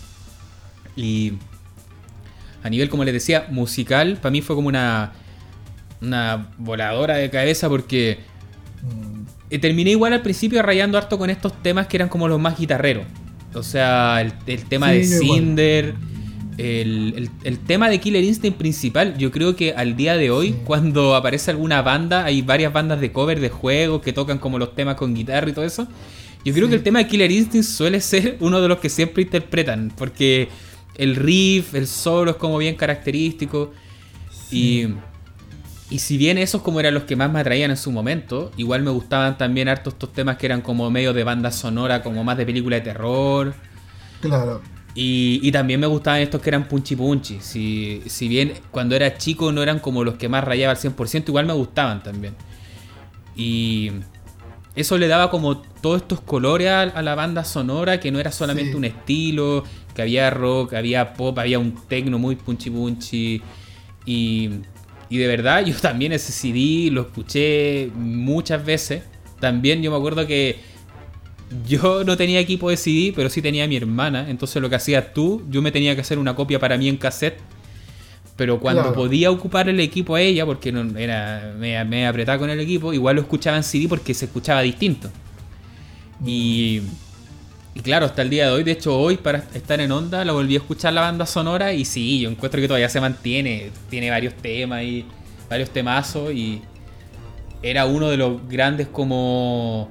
Y a nivel, como les decía, musical, para mí fue como una, una voladora de cabeza porque Mm, eh, terminé igual al principio rayando harto con estos temas que eran como los más guitarreros. O sea, el, el tema Sí, de yo igual. Cinder, el, el- el tema de Killer Instinct principal. Yo creo que al día de hoy, Sí. cuando aparece alguna banda, hay varias bandas de cover de juegos que tocan como los temas con guitarra y todo eso. Yo creo Sí. que el tema de Killer Instinct suele ser uno de los que siempre interpretan, porque el riff, el solo es como bien característico. sí. Y, y si bien esos como eran los que más me atraían en su momento, igual me gustaban también harto estos temas que eran como medio de banda sonora, como más de película de terror. Claro. Y, y también me gustaban estos que eran punchy punchy. Si, si bien cuando era chico no eran como los que más rayaba al cien por ciento, igual me gustaban también. Y eso le daba como todos estos colores a, a la banda sonora, que no era solamente Sí. un estilo, que había rock, había pop, había un techno muy punchy punchy. Y, y de verdad yo también ese C D lo escuché muchas veces. También yo me acuerdo que yo no tenía equipo de C D, pero sí tenía a mi hermana. Entonces lo que hacías tú, yo me tenía que hacer una copia para mí en cassette. Pero cuando Claro. podía ocupar el equipo a ella, porque no era me, me apretaba con el equipo, igual lo escuchaba en C D porque se escuchaba distinto. Y, y claro, hasta el día de hoy, de hecho hoy para estar en onda, la volví a escuchar la banda sonora y sí, yo encuentro que todavía se mantiene. Tiene varios temas y varios temazos y era uno de los grandes como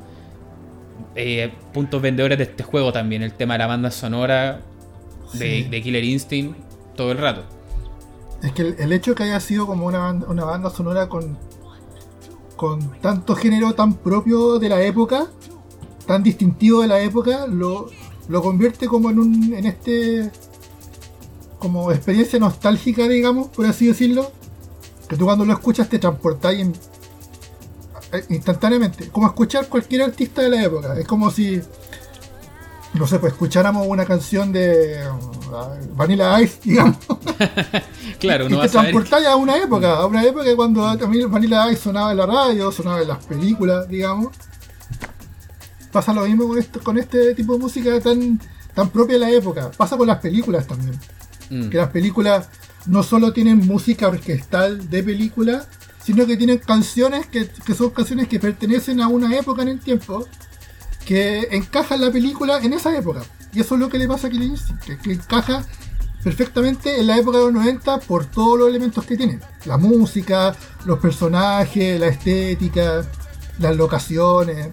eh, puntos vendedores de este juego también, el tema de la banda sonora de, Sí. de Killer Instinct todo el rato. Es que el, el hecho que haya sido como una banda, una banda sonora con, con tanto género tan propio de la época, tan distintivo de la época, lo, lo convierte como en un en este como experiencia nostálgica, digamos, por así decirlo, que tú cuando lo escuchas te transportas in, instantáneamente, como escuchar cualquier artista de la época. Es como si, no sé, pues escucháramos una canción de uh, Vanilla Ice, digamos. Claro, y no te vas a ver. transportas a una época, a una época cuando también Vanilla Ice sonaba en la radio, sonaba en las películas, digamos. Pasa lo mismo con, esto, con este tipo de música tan, tan propia de la época. Pasa con las películas también. Mm. Que las películas no solo tienen música orquestal de película, sino que tienen canciones que, que son canciones que pertenecen a una época en el tiempo, que encajan la película en esa época. Y eso es lo que le pasa a Killer Instinct, que, que encaja perfectamente en la época de los noventa por todos los elementos que tiene. La música, los personajes, la estética, las locaciones.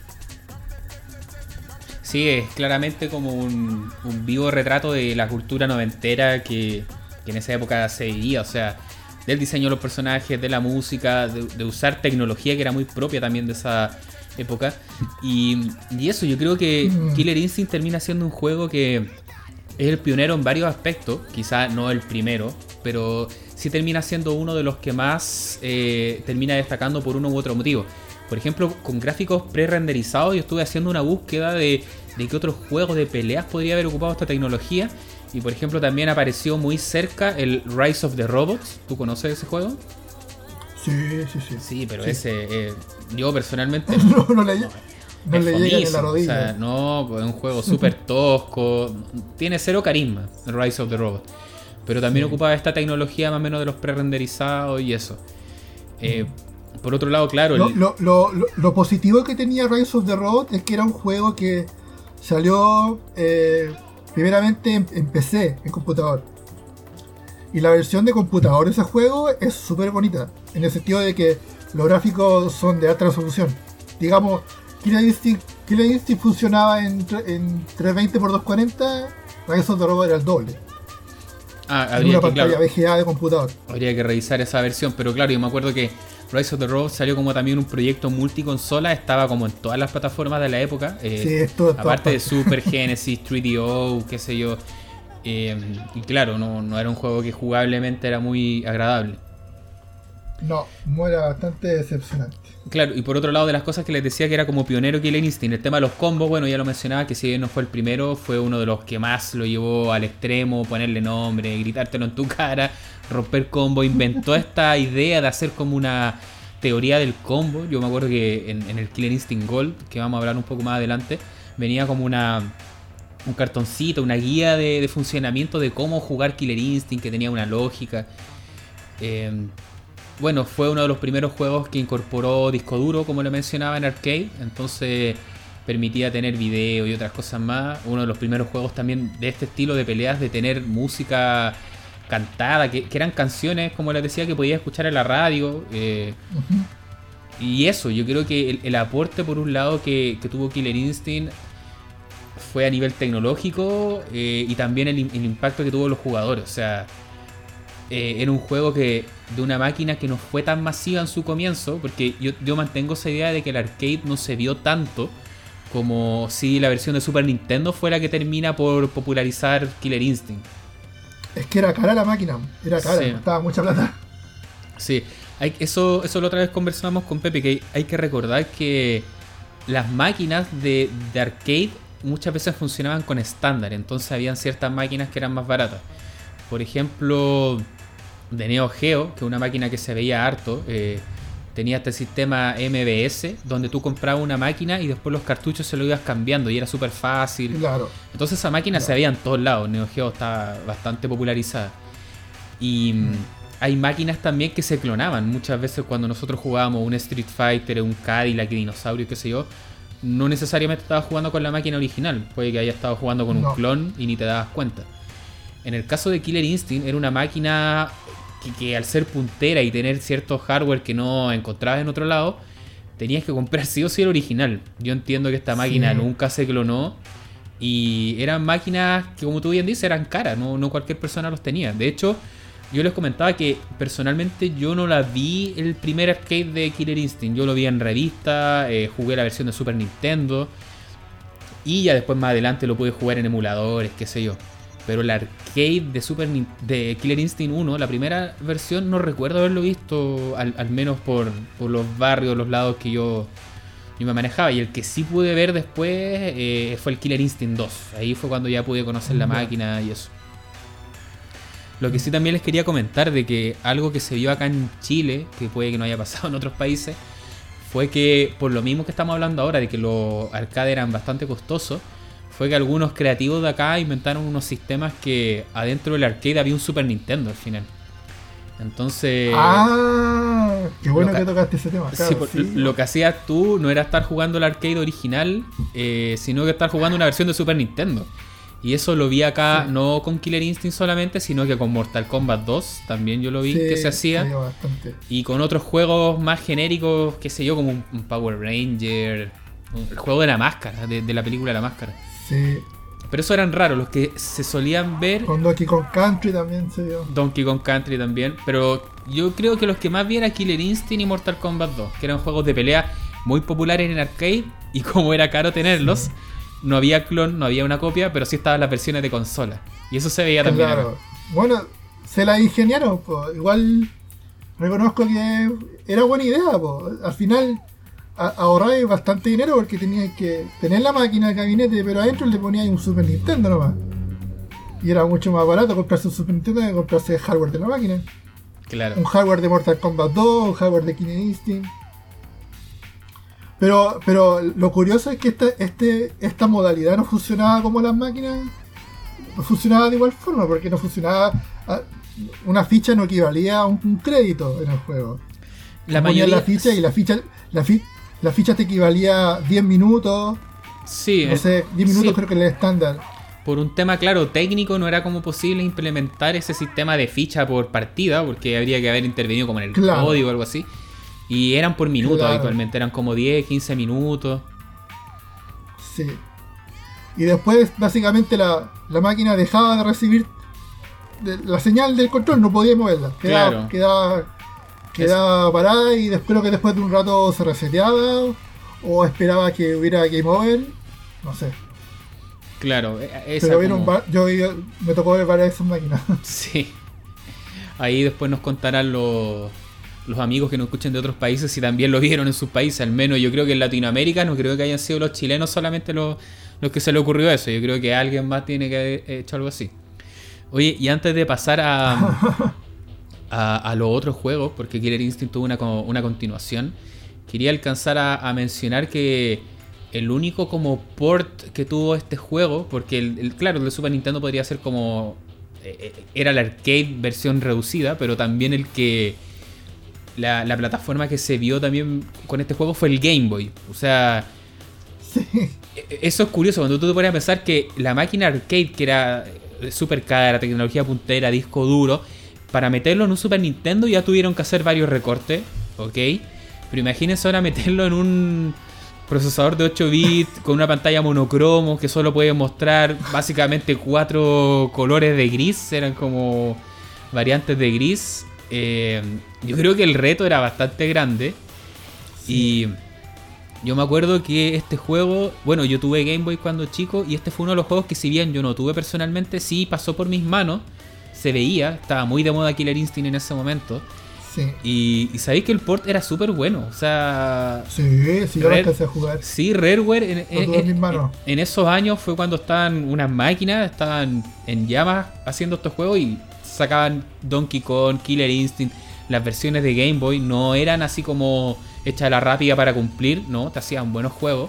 Sí, es claramente como un, un vivo retrato de la cultura noventera que, que en esa época se vivía, o sea, del diseño de los personajes, de la música, de, de usar tecnología que era muy propia también de esa época. Y, y eso, yo creo que Killer Instinct termina siendo un juego que es el pionero en varios aspectos, quizá no el primero, pero sí termina siendo uno de los que más eh, termina destacando por uno u otro motivo. Por ejemplo, con gráficos pre-renderizados, yo estuve haciendo una búsqueda de, de qué otros juegos de peleas podría haber ocupado esta tecnología. Y por ejemplo, también apareció muy cerca el Rise of the Robots. ¿Tú conoces ese juego? Sí, sí, sí. Sí, pero sí. ese, eh, yo personalmente... no, no le, no, no le llega ni la rodilla. O sea, no, es un juego súper tosco. Tiene cero carisma, el Rise of the Robots. Pero también sí. ocupaba esta tecnología más o menos de los pre-renderizados y eso. Eh... Por otro lado, claro... Lo, el... lo, lo, lo, lo positivo que tenía Rise of the Robots es que era un juego que salió eh, primeramente en, en P C, en computador. Y la versión de computador de ese juego es súper bonita, en el sentido de que los gráficos son de alta resolución. Digamos, Killer Instinct, Killer Instinct funcionaba en, en trescientos veinte por doscientos cuarenta, Rise of the Robots era el doble. Ah, habría en una que, pantalla claro, V G A de computador. Habría que revisar esa versión, pero claro, yo me acuerdo que Rise of the Robots salió como también un proyecto multiconsola, estaba como en todas las plataformas de la época, eh, sí, esto, aparte de Super Genesis, tres D O, qué sé yo, eh, y claro, no, no era un juego que jugablemente era muy agradable. No, no era bastante decepcionante. Claro, y por otro lado de las cosas que les decía que era como pionero Killer Instinct, el tema de los combos, bueno, ya lo mencionaba, que si bien no fue el primero, fue uno de los que más lo llevó al extremo, ponerle nombre, gritártelo en tu cara, romper combo, inventó esta idea de hacer como una teoría del combo. Yo me acuerdo que en, en el Killer Instinct Gold, que vamos a hablar un poco más adelante, venía como una un cartoncito, una guía de, de funcionamiento de cómo jugar Killer Instinct, que tenía una lógica. Eh, bueno, fue uno de los primeros juegos que incorporó disco duro, como le mencionaba, en arcade, entonces permitía tener video y otras cosas más. Uno de los primeros juegos también de este estilo de peleas, de tener música cantada, que, que eran canciones, como les decía, que podías escuchar en la radio. Eh, uh-huh. Y eso, yo creo que el, el aporte, por un lado, que, que tuvo Killer Instinct fue a nivel tecnológico, eh, y también el, el impacto que tuvo los jugadores. O sea, eh, era un juego que de una máquina que no fue tan masiva en su comienzo, porque yo, yo mantengo esa idea de que el arcade no se vio tanto como si la versión de Super Nintendo fue la que termina por popularizar Killer Instinct. Es que era cara la máquina, era cara, sí. Costaba mucha plata. Sí, hay, eso, eso la otra vez conversamos con Pepe, que hay, hay que recordar que las máquinas de, de arcade muchas veces funcionaban con estándar, entonces habían ciertas máquinas que eran más baratas. Por ejemplo, de Neo Geo, que es una máquina que se veía harto, eh, tenía este sistema M V S, donde tú comprabas una máquina y después los cartuchos se lo ibas cambiando y era súper fácil. Claro. Entonces esa máquina claro. se veía en todos lados, Neo Geo está bastante popularizada. Y mm. hay máquinas también que se clonaban. Muchas veces cuando nosotros jugábamos un Street Fighter, un Cadillac, dinosaurio, qué sé yo, no necesariamente estabas jugando con la máquina original, puede que hayas estado jugando con no. un clon y ni te dabas cuenta. En el caso de Killer Instinct era una máquina que, que al ser puntera y tener cierto hardware que no encontrabas en otro lado, tenías que comprar sí o sí el original. Yo entiendo que esta máquina sí. nunca se clonó y eran máquinas que, como tú bien dices, eran caras, no, no cualquier persona los tenía. De hecho, yo les comentaba que personalmente yo no la vi el primer arcade de Killer Instinct. Yo lo vi en revista, eh, jugué la versión de Super Nintendo. Y ya después más adelante lo pude jugar en emuladores, qué sé yo. Pero el arcade de Super Nin- de Killer Instinct uno, la primera versión, no recuerdo haberlo visto, al, al menos por, por los barrios, los lados que yo, yo me manejaba. Y el que sí pude ver después eh, fue el Killer Instinct dos. Ahí fue cuando ya pude conocer la máquina y eso. Lo que sí también les quería comentar de que algo que se vio acá en Chile, que puede que no haya pasado en otros países, fue que por lo mismo que estamos hablando ahora, de que los arcades eran bastante costosos, fue que algunos creativos de acá inventaron unos sistemas que adentro del arcade había un Super Nintendo al final. Entonces... Ah, qué bueno que, que tocaste ese tema. Claro, sí, por, sí. Lo que hacías tú no era estar jugando el arcade original, eh, sino que estar jugando una versión de Super Nintendo. Y eso lo vi acá, sí. No con Killer Instinct solamente, sino que con Mortal Kombat dos también yo lo vi, sí, que se hacía. Y con otros juegos más genéricos, qué sé yo, como un, un Power Ranger, un, el juego de la máscara, de, de la película La Máscara. Sí. Pero eso eran raros, los que se solían ver... Con Donkey Kong Country también se vio. Donkey Kong Country también, pero yo creo que los que más vi era Killer Instinct y Mortal Kombat dos, que eran juegos de pelea muy populares en el arcade, y como era caro tenerlos... Sí. No había clon, no había una copia, pero sí estaban las versiones de consola. Y eso se veía también. Claro. Bueno, se la ingeniaron, po. Igual reconozco que era buena idea, po. Al final ahorráis bastante dinero porque teníais que tener la máquina de gabinete, pero adentro le poníais un Super Nintendo nomás. Y era mucho más barato comprarse un Super Nintendo que comprarse el hardware de la máquina. Claro. Un hardware de Mortal Kombat dos, un hardware de Killer Instinct. Pero, pero lo curioso es que esta, este, esta modalidad no funcionaba como las máquinas, no funcionaba de igual forma, porque no funcionaba, una ficha no equivalía a un, un crédito en el juego. La mayoría... la ficha y la ficha, la, fi, la ficha te equivalía a diez minutos, sí, no sé, diez minutos sí. Creo que es el estándar. Por un tema, claro, técnico, no era como posible implementar ese sistema de ficha por partida, porque habría que haber intervenido como en el claro. código o algo así. Y eran por minuto claro. Habitualmente, eran como diez, quince minutos. Sí. Y después, básicamente, la, la máquina dejaba de recibir de, la señal del control, no podía moverla. Quedaba, claro. quedaba, quedaba parada y después, creo que después de un rato se reseteaba o esperaba que hubiera game over. No sé. Claro. Esa Pero como... bar, yo, yo me tocó ver varias de esas máquinas. Sí. Ahí después nos contarán los... los amigos que nos escuchen de otros países si también lo vieron en sus países. Al menos yo creo que en Latinoamérica no creo que hayan sido los chilenos solamente los, los que se le ocurrió eso. Yo creo que alguien más tiene que haber hecho algo así. Oye, y antes de pasar a, a, a los otros juegos, porque Killer Instinct tuvo una, una continuación, quería alcanzar a, a mencionar que el único como port que tuvo este juego, porque el, el, claro, el de Super Nintendo podría ser como eh, era la arcade versión reducida, pero también el que La, la plataforma que se vio también con este juego fue el Game Boy. O sea, sí. Eso es curioso cuando tú te pones a pensar que la máquina arcade, que era super cara, tecnología puntera, disco duro, para meterlo en un Super Nintendo ya tuvieron que hacer varios recortes, ¿ok? Pero imagínense ahora meterlo en un procesador de ocho bits con una pantalla monocromo que solo puede mostrar básicamente cuatro colores de gris, eran como variantes de gris. Eh, yo creo que el reto era bastante grande. Sí. Y yo me acuerdo que este juego, bueno, yo tuve Game Boy cuando chico y este fue uno de los juegos que si bien yo no tuve personalmente, sí pasó por mis manos, se veía, estaba muy de moda Killer Instinct en ese momento. Sí. Y, y sabéis que el port era súper bueno, o sea... Sí, sí, yo lo alcancé a jugar. Sí, Rareware en, en, en, en, en esos años fue cuando estaban unas máquinas, estaban en llamas haciendo estos juegos y sacaban Donkey Kong, Killer Instinct. Las versiones de Game Boy no eran así como hechas a la rápida para cumplir, no, te hacían buenos juegos.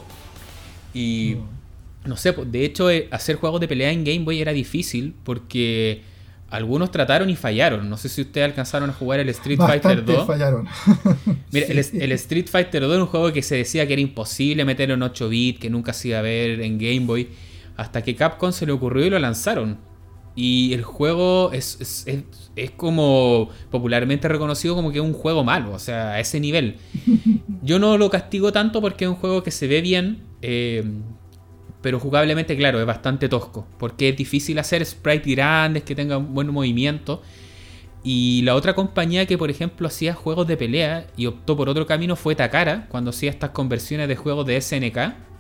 Y mm. no sé, de hecho hacer juegos de pelea en Game Boy era difícil porque algunos trataron y fallaron. No sé si ustedes alcanzaron a jugar el Street Bastante Fighter dos. fallaron. Mira, sí. el, el Street Fighter dos era un juego que se decía que era imposible meterlo en ocho bits, que nunca se iba a ver en Game Boy, hasta que Capcom se le ocurrió y lo lanzaron. Y el juego es, es, es, es como popularmente reconocido como que es un juego malo, o sea, a ese nivel. Yo no lo castigo tanto porque es un juego que se ve bien, eh, pero jugablemente, claro, es bastante tosco, porque es difícil hacer sprites grandes que tengan buen movimiento. Y la otra compañía que, por ejemplo, hacía juegos de pelea y optó por otro camino fue Takara, cuando hacía estas conversiones de juegos de S N K.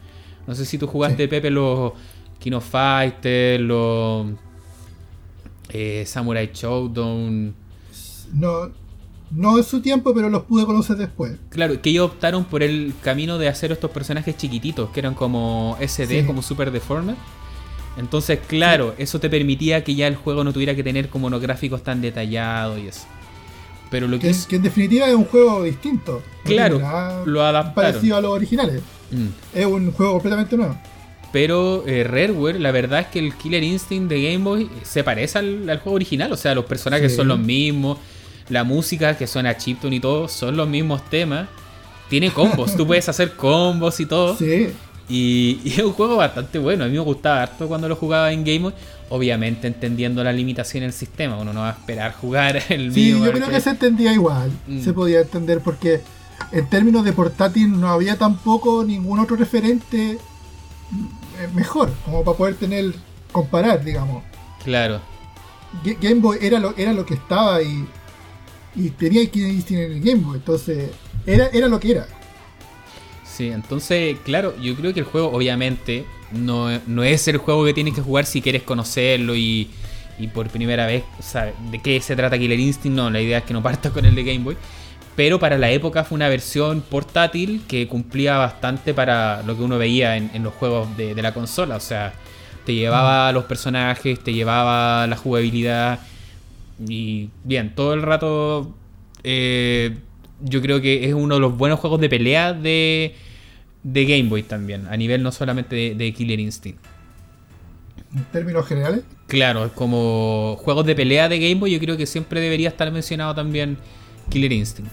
No sé si tú jugaste, Sí. Pepe, los King of Fighters, los eh, Samurai Showdown. No, no es su tiempo, pero los pude conocer después. Claro, que ellos optaron por el camino de hacer estos personajes chiquititos, que eran como S D, Sí. como Super Deformed. Entonces, claro, eso te permitía que ya el juego no tuviera que tener como unos gráficos tan detallados y eso. Pero lo que Que, es... que en definitiva es un juego distinto. No Claro, tiene nada lo adaptaron. parecido a los originales. Mm. Es un juego completamente nuevo. Pero eh, Rareware, la verdad es que el Killer Instinct de Game Boy se parece al, al juego original. O sea, los personajes Sí. son los mismos. La música que suena a chiptune y todo son los mismos temas. Tiene combos, tú puedes hacer combos y todo. Sí. Y, y es un juego bastante bueno. A mí me gustaba harto cuando lo jugaba en Game Boy. Obviamente entendiendo la limitación del sistema. Uno no va a esperar jugar el Sí, mismo. yo creo que se entendía igual. Mm. Se podía entender porque en términos de portátil no había tampoco ningún otro referente eh, mejor, como para poder tener, comparar, digamos. Claro. Ga- Game Boy era lo, era lo que estaba y, y tenía Killer Instinct en el Game Boy, entonces era, era lo que era. Sí, entonces, claro, yo creo que el juego obviamente no, no es el juego que tienes que jugar si quieres conocerlo y, y por primera vez, o sea, de qué se trata Killer Instinct. No, la idea es que no partas con el de Game Boy. Pero para la época fue una versión portátil que cumplía bastante para lo que uno veía en, en los juegos de, de la consola. O sea, te llevaba a los personajes, te llevaba la jugabilidad. Y bien, todo el rato eh, yo creo que es uno de los buenos juegos de pelea de, de Game Boy también. A nivel no solamente de, de Killer Instinct. En términos generales, Claro, como juegos de pelea de Game Boy, yo creo que siempre debería estar mencionado también Killer Instinct.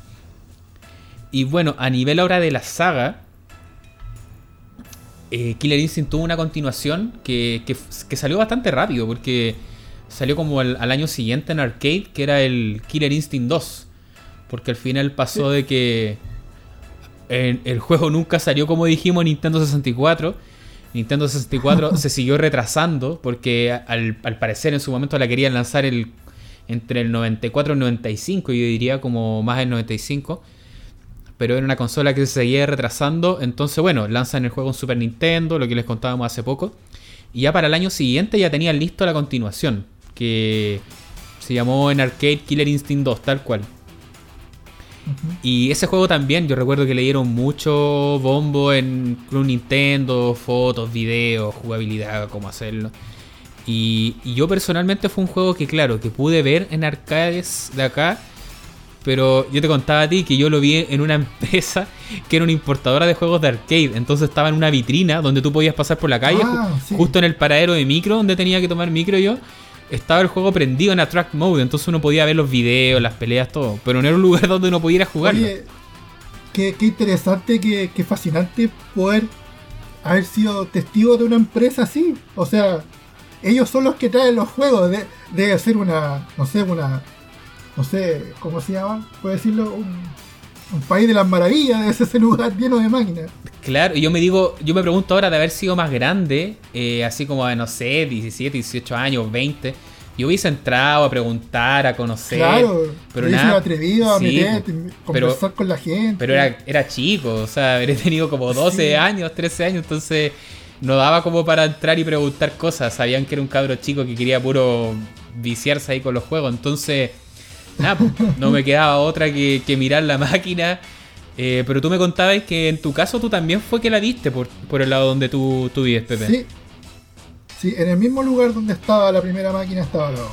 Y bueno, a nivel ahora de la saga, eh, Killer Instinct tuvo una continuación que, que, que salió bastante rápido, porque salió como al, al año siguiente en arcade, que era el Killer Instinct dos. Porque al final pasó de que en- el juego nunca salió como dijimos en Nintendo sesenta y cuatro. Nintendo sesenta y cuatro se siguió retrasando porque al, al parecer en su momento la querían lanzar el, entre el noventa y cuatro y el noventa y cinco, yo diría como más el noventa y cinco. Pero era una consola que se seguía retrasando. Entonces bueno, lanzan el juego en Super Nintendo, lo que les contábamos hace poco. Y ya para el año siguiente ya tenían listo la continuación, que se llamó en arcade Killer Instinct dos, tal cual. Y ese juego también, yo recuerdo que le dieron mucho bombo en Club Nintendo, fotos, videos, jugabilidad, cómo hacerlo. Y, y yo personalmente fue un juego que, claro, que pude ver en arcades de acá, pero yo te contaba a ti que yo lo vi en una empresa que era una importadora de juegos de arcade. Entonces estaba en una vitrina donde tú podías pasar por la calle, Ah, ju- sí. justo en el paradero de micro donde tenía que tomar micro yo. Estaba el juego prendido en Attract Mode, entonces uno podía ver los videos, las peleas, todo. Pero no era un lugar donde uno pudiera jugarlo. oye, qué, qué interesante, qué, qué fascinante poder haber sido testigo de una empresa así. O sea, ellos son los que traen los juegos. De- debe ser una, no sé, una, no sé, ¿cómo se llama? Puedo decirlo, un, un país de las maravillas, debe ser ese lugar lleno de máquinas. Claro, y yo me digo, yo me pregunto ahora de haber sido más grande, eh, así como de, no sé, diecisiete, dieciocho años, veinte. Yo hubiese entrado a preguntar, a conocer. Claro, pero hubiese nada. atrevido a Sí, meterte, pero- conversar con la gente. Pero era, era chico, o sea, habré tenido como doce Sí. años, trece años, entonces no daba como para entrar y preguntar cosas. Sabían que era un cabro chico que quería puro viciarse ahí con los juegos, entonces, nada, pues, no me quedaba otra que, que mirar la máquina. Eh, pero tú me contabas que en tu caso tú también fue que la viste por, por el lado donde tú, tú vives, Pepe. Sí, sí, en el mismo lugar donde estaba la primera máquina estaba la dos.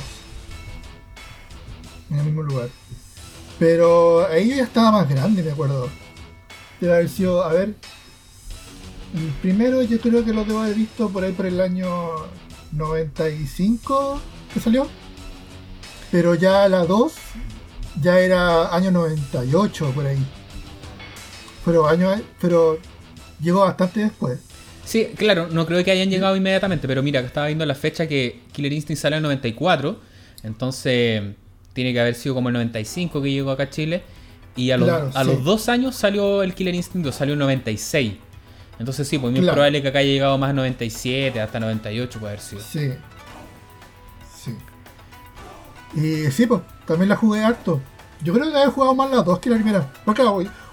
En el mismo lugar. Pero ahí yo ya estaba más grande, me acuerdo. Debe haber sido, a ver. El primero yo creo que lo debo haber visto por ahí por el año noventa y cinco que salió. Pero ya la dos ya era año noventa y ocho por ahí. Pero años, pero llegó bastante después. Sí, claro, no creo que hayan llegado inmediatamente, pero mira, que estaba viendo la fecha que Killer Instinct salió en el noventa y cuatro, entonces tiene que haber sido como el noventa y cinco que llegó acá a Chile, y a los, Claro, a sí. los dos años salió el Killer Instinct dos, salió en noventa y seis. Entonces sí, pues muy Claro. probable que acá haya llegado más noventa y siete, hasta noventa y ocho puede haber sido. Sí. Sí. Y sí, pues, también la jugué harto. Yo creo que había jugado más las dos que la primera. Porque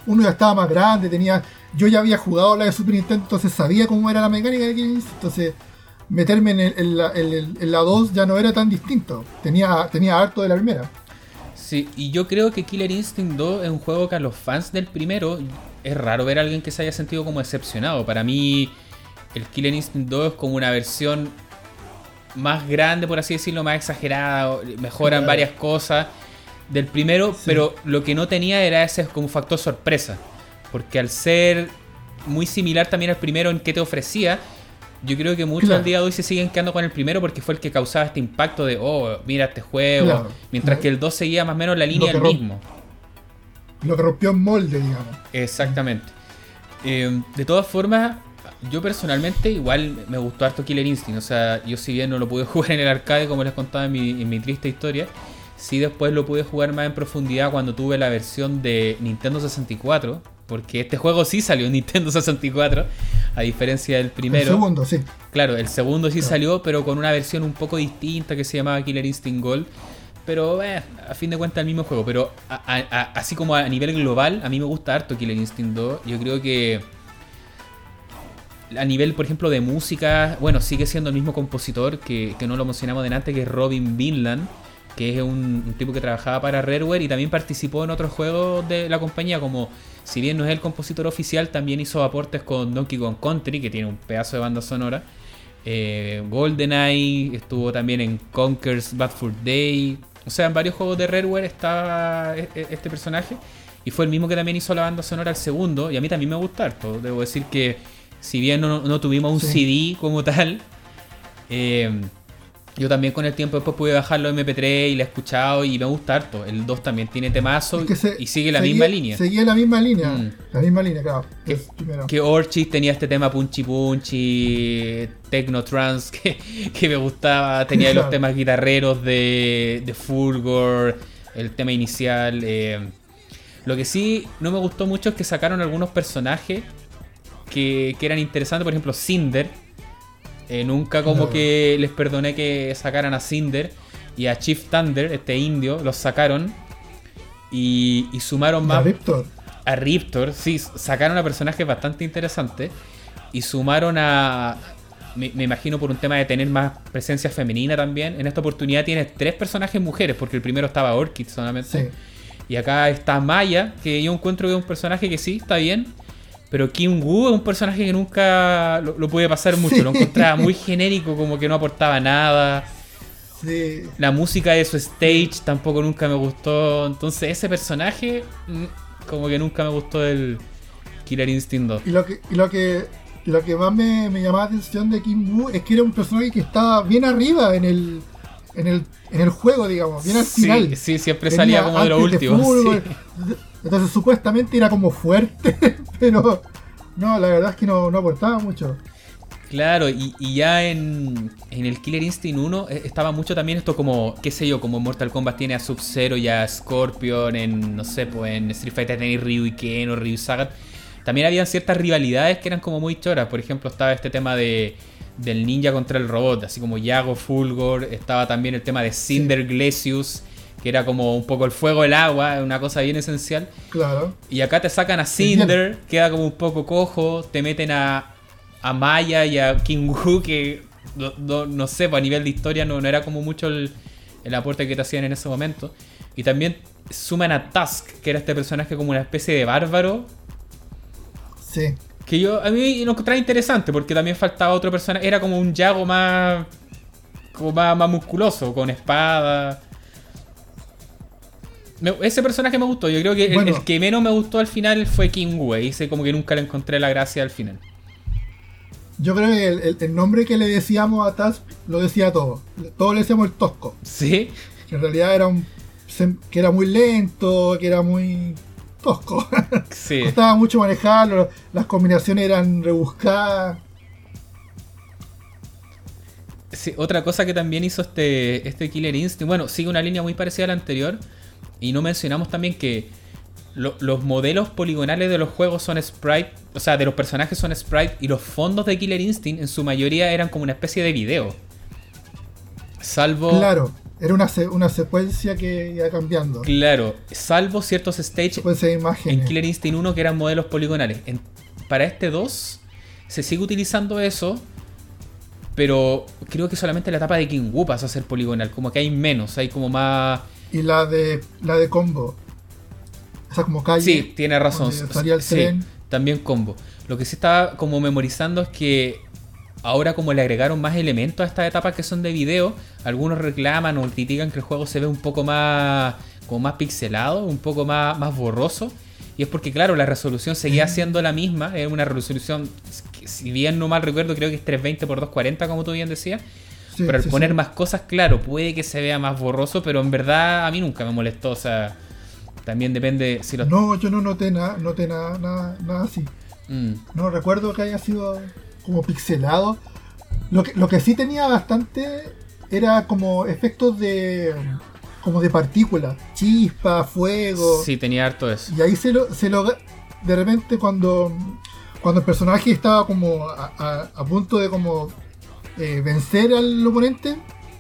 uno ya estaba más grande, tenía, yo ya había jugado la de Super Nintendo, entonces sabía cómo era la mecánica de Killer Instinct, entonces meterme en, el, en, la, en, el, en la dos ya no era tan distinto, tenía, tenía harto de la primera. Sí, y yo creo que Killer Instinct dos es un juego que a los fans del primero es raro ver a alguien que se haya sentido como decepcionado. Para mí el Killer Instinct dos es como una versión más grande, por así decirlo, más exagerada, mejoran claro. varias cosas del primero, sí. pero lo que no tenía era ese como factor sorpresa, porque al ser muy similar también al primero en que te ofrecía, yo creo que muchos claro. al día de hoy se siguen quedando con el primero porque fue el que causaba este impacto de, oh, mira este juego, claro. mientras que el dos seguía más o menos la línea del mismo. Lo que rompió en molde, digamos. Exactamente. Eh, de todas formas, yo personalmente igual me gustó harto Killer Instinct. O sea, yo si bien no lo pude jugar en el arcade como les contaba en mi, en mi triste historia, sí después lo pude jugar más en profundidad cuando tuve la versión de Nintendo sesenta y cuatro. Porque este juego sí salió en Nintendo sesenta y cuatro, a diferencia del primero. El segundo, sí. Claro, el segundo sí claro. salió, pero con una versión un poco distinta que se llamaba Killer Instinct Gold. Pero eh, a fin de cuentas el mismo juego. Pero a, a, a, así como a nivel global, a mí me gusta harto Killer Instinct dos. Yo creo que a nivel, por ejemplo, de música, bueno, sigue siendo el mismo compositor que, que no lo mencionamos delante, que es Robin Vinland, que es un, un tipo que trabajaba para Rareware y también participó en otros juegos de la compañía, como si bien no es el compositor oficial, también hizo aportes con Donkey Kong Country, que tiene un pedazo de banda sonora. Eh, GoldenEye, estuvo también en Conker's Bad Fur Day. O sea, en varios juegos de Rareware está este personaje. Y fue el mismo que también hizo la banda sonora al segundo. Y a mí también me gusta harto. Debo decir que si bien no, no tuvimos un sí. C D como tal, eh, yo también con el tiempo después pude bajarlo en eme pe tres y lo he escuchado y me gusta harto. El dos también tiene temazo es se, y sigue la seguía, misma línea. Seguía la misma línea. Mm. La misma línea, claro. Que, que Orchid tenía este tema punchy punchy, techno trance que, que me gustaba. Tenía claro. los temas guitarreros de, de Fulgor, el tema inicial. Eh. Lo que sí no me gustó mucho es que sacaron algunos personajes que, que eran interesantes. Por ejemplo, Cinder. Eh, nunca como no. que les perdoné que sacaran a Cinder y a Chief Thunder, este indio, los sacaron y, y sumaron más a Riptor. A Riptor, sí, sacaron a personajes bastante interesantes y sumaron a, me, me imagino por un tema de tener más presencia femenina también. En esta oportunidad tienes tres personajes mujeres, porque el primero estaba Orchid solamente. Sí. Y acá está Maya, que yo encuentro que es un personaje que sí, está bien. Pero Kim Woo es un personaje que nunca lo, lo pude pasar mucho. Sí. Lo encontraba muy genérico, como que no aportaba nada. Sí. La música de su stage tampoco nunca me gustó. Entonces ese personaje como que nunca me gustó del Killer Instinct dos. Y lo que, y lo que, lo que más me, me llamaba la atención de Kim Woo es que era un personaje que estaba bien arriba en el, en el, en el juego, digamos, bien al final. Sí, sí, siempre salía como de lo último. Sí. Entonces supuestamente era como fuerte, pero no, la verdad es que no, no aportaba mucho. Claro, y, y ya en, en el Killer Instinct uno estaba mucho también esto como, qué sé yo, como Mortal Kombat tiene a Sub-Zero y a Scorpion, en, no sé, pues en Street Fighter tenía Ryu y Ken o Ryu Sagat. También habían ciertas rivalidades que eran como muy choras. Por ejemplo, estaba este tema de del ninja contra el robot, así como Yago Fulgor. Estaba también el tema de Cinder Glacius, que era como un poco el fuego, el agua, una cosa bien esencial. Claro. Y acá te sacan a Cinder, queda como un poco cojo, te meten a, a Maya y a King Woo, que no, no, no sé, pues a nivel de historia no, no era como mucho el, el aporte que te hacían en ese momento. Y también suman a Tusk, que era este personaje como una especie de bárbaro. Sí. Que yo, a mí lo encontraba interesante, porque también faltaba otro personaje, era como un Yago más, como más, más musculoso, con espada. Me, ese personaje me gustó. Yo creo que bueno, el, el que menos me gustó al final fue King Woo. Ese como que nunca le encontré la gracia al final. Yo creo que el, el, el nombre que le decíamos a Tusk lo decía todo. Todos le decíamos el Tosco. Sí. Que en realidad era un que era muy lento, que era muy tosco. Sí. Costaba mucho manejarlo, las combinaciones eran rebuscadas. Sí, otra cosa que también hizo este, este Killer Instinct, bueno, sigue una línea muy parecida a la anterior. Y no mencionamos también que lo, los modelos poligonales de los juegos son sprite, o sea, de los personajes son sprite, y los fondos de Killer Instinct en su mayoría eran como una especie de video. Salvo... Claro, Era una, se- una secuencia que iba cambiando. Claro, salvo ciertos stages Secuencia de en imágenes. Killer Instinct uno que eran modelos poligonales. En- para este dos se sigue utilizando eso, pero creo que solamente la etapa de King Wu pasa a ser poligonal. Como que hay menos, hay como más... Y la de la de combo. Esa como calle. Sí, tiene razón. donde salía el Sí, tren. también combo. Lo que sí estaba como memorizando es que ahora como le agregaron más elementos a estas etapas que son de video, algunos reclaman o critican que el juego se ve un poco más como más pixelado, un poco más, más borroso. Y es porque claro, la resolución seguía siendo la misma, es una resolución que, si bien no mal recuerdo, creo que es trescientos veinte por doscientos cuarenta como tú bien decías. Sí, Pero al sí, poner sí. más cosas, claro, puede que se vea más borroso, pero en verdad a mí nunca me molestó. O sea, también depende si los... No, yo no noté nada, noté nada, nada, nada así. Mm, No recuerdo que haya sido como pixelado. Lo que, lo que sí tenía bastante era como efectos de como de partículas, chispa, fuego. sí, tenía harto eso. Y ahí se lo, se lo de repente cuando cuando el personaje estaba como a, a- a punto de como eh, vencer al oponente,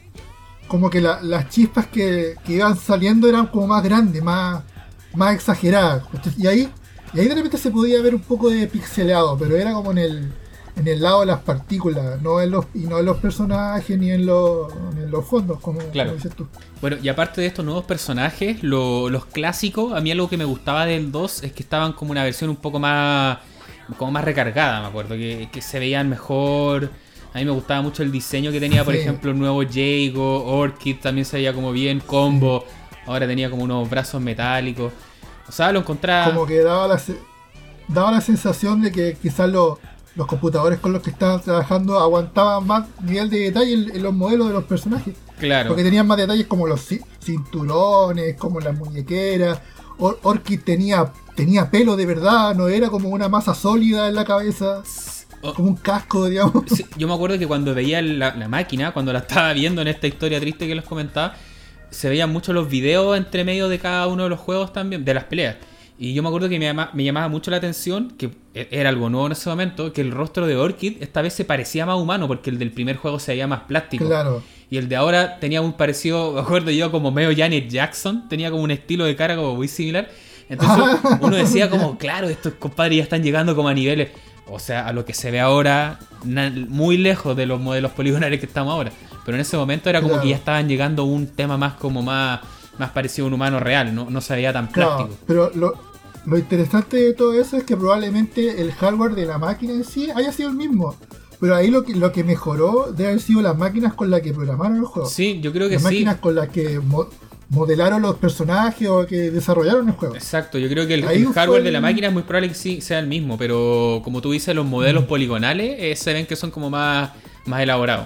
como que la- las chispas que, que iban saliendo eran como más grandes, más, más exageradas. Y ahí, y ahí de repente se podía ver un poco de pixeleado, pero era como en el, en el lado de las partículas, no en los, y no en los personajes ni en los, ni en los fondos, como, Claro. como dices tú. Bueno, y aparte de estos nuevos personajes, lo- los clásicos, a mí algo que me gustaba del dos es que estaban como una versión un poco más como más recargada, me acuerdo, que, que se veían mejor. A mí me gustaba mucho el diseño que tenía, por Sí. ejemplo, el nuevo Jago, Orchid también se veía como bien, Combo, ahora tenía como unos brazos metálicos. O sea, lo encontraba... Como que daba la, se- daba la sensación de que quizás los, los computadores con los que estaban trabajando aguantaban más nivel de detalle en, en los modelos de los personajes. Claro. Porque tenían más detalles como los ci- cinturones, como las muñequeras. Or- Orchid tenía, tenía pelo de verdad, no era como una masa sólida en la cabeza, O- como un casco, digamos. Sí, yo me acuerdo que cuando veía la, la máquina, cuando la estaba viendo en esta historia triste que les comentaba, se veían mucho los videos entre medio de cada uno de los juegos también, de las peleas. Y yo me acuerdo que me, llama- me llamaba mucho la atención, que e- era algo nuevo en ese momento, que el rostro de Orchid esta vez se parecía más humano, porque el del primer juego se veía más plástico. Claro. Y el de ahora tenía un parecido, me acuerdo yo, como medio Janet Jackson, tenía como un estilo de cara como muy similar. Entonces uno decía como, claro, estos compadres ya están llegando como a niveles, o sea, a lo que se ve ahora, na- muy lejos de los modelos poligonales que estamos ahora. Pero en ese momento era como Claro. que ya estaban llegando a un tema más como más, más parecido a un humano real, no, no se veía tan Claro, plástico. pero lo, lo interesante de todo eso es que probablemente el hardware de la máquina en sí haya sido el mismo. Pero ahí lo que, lo que mejoró debe haber sido las máquinas con las que programaron el juego. Sí, yo creo que Las sí. máquinas con las que mo- modelaron los personajes o que desarrollaron el juego. Exacto, yo creo que el, Ahí el fue hardware el- de la máquina es muy probable que sí sea el mismo, pero como tú dices, los Mm. modelos poligonales eh, se ven que son como más, más elaborados.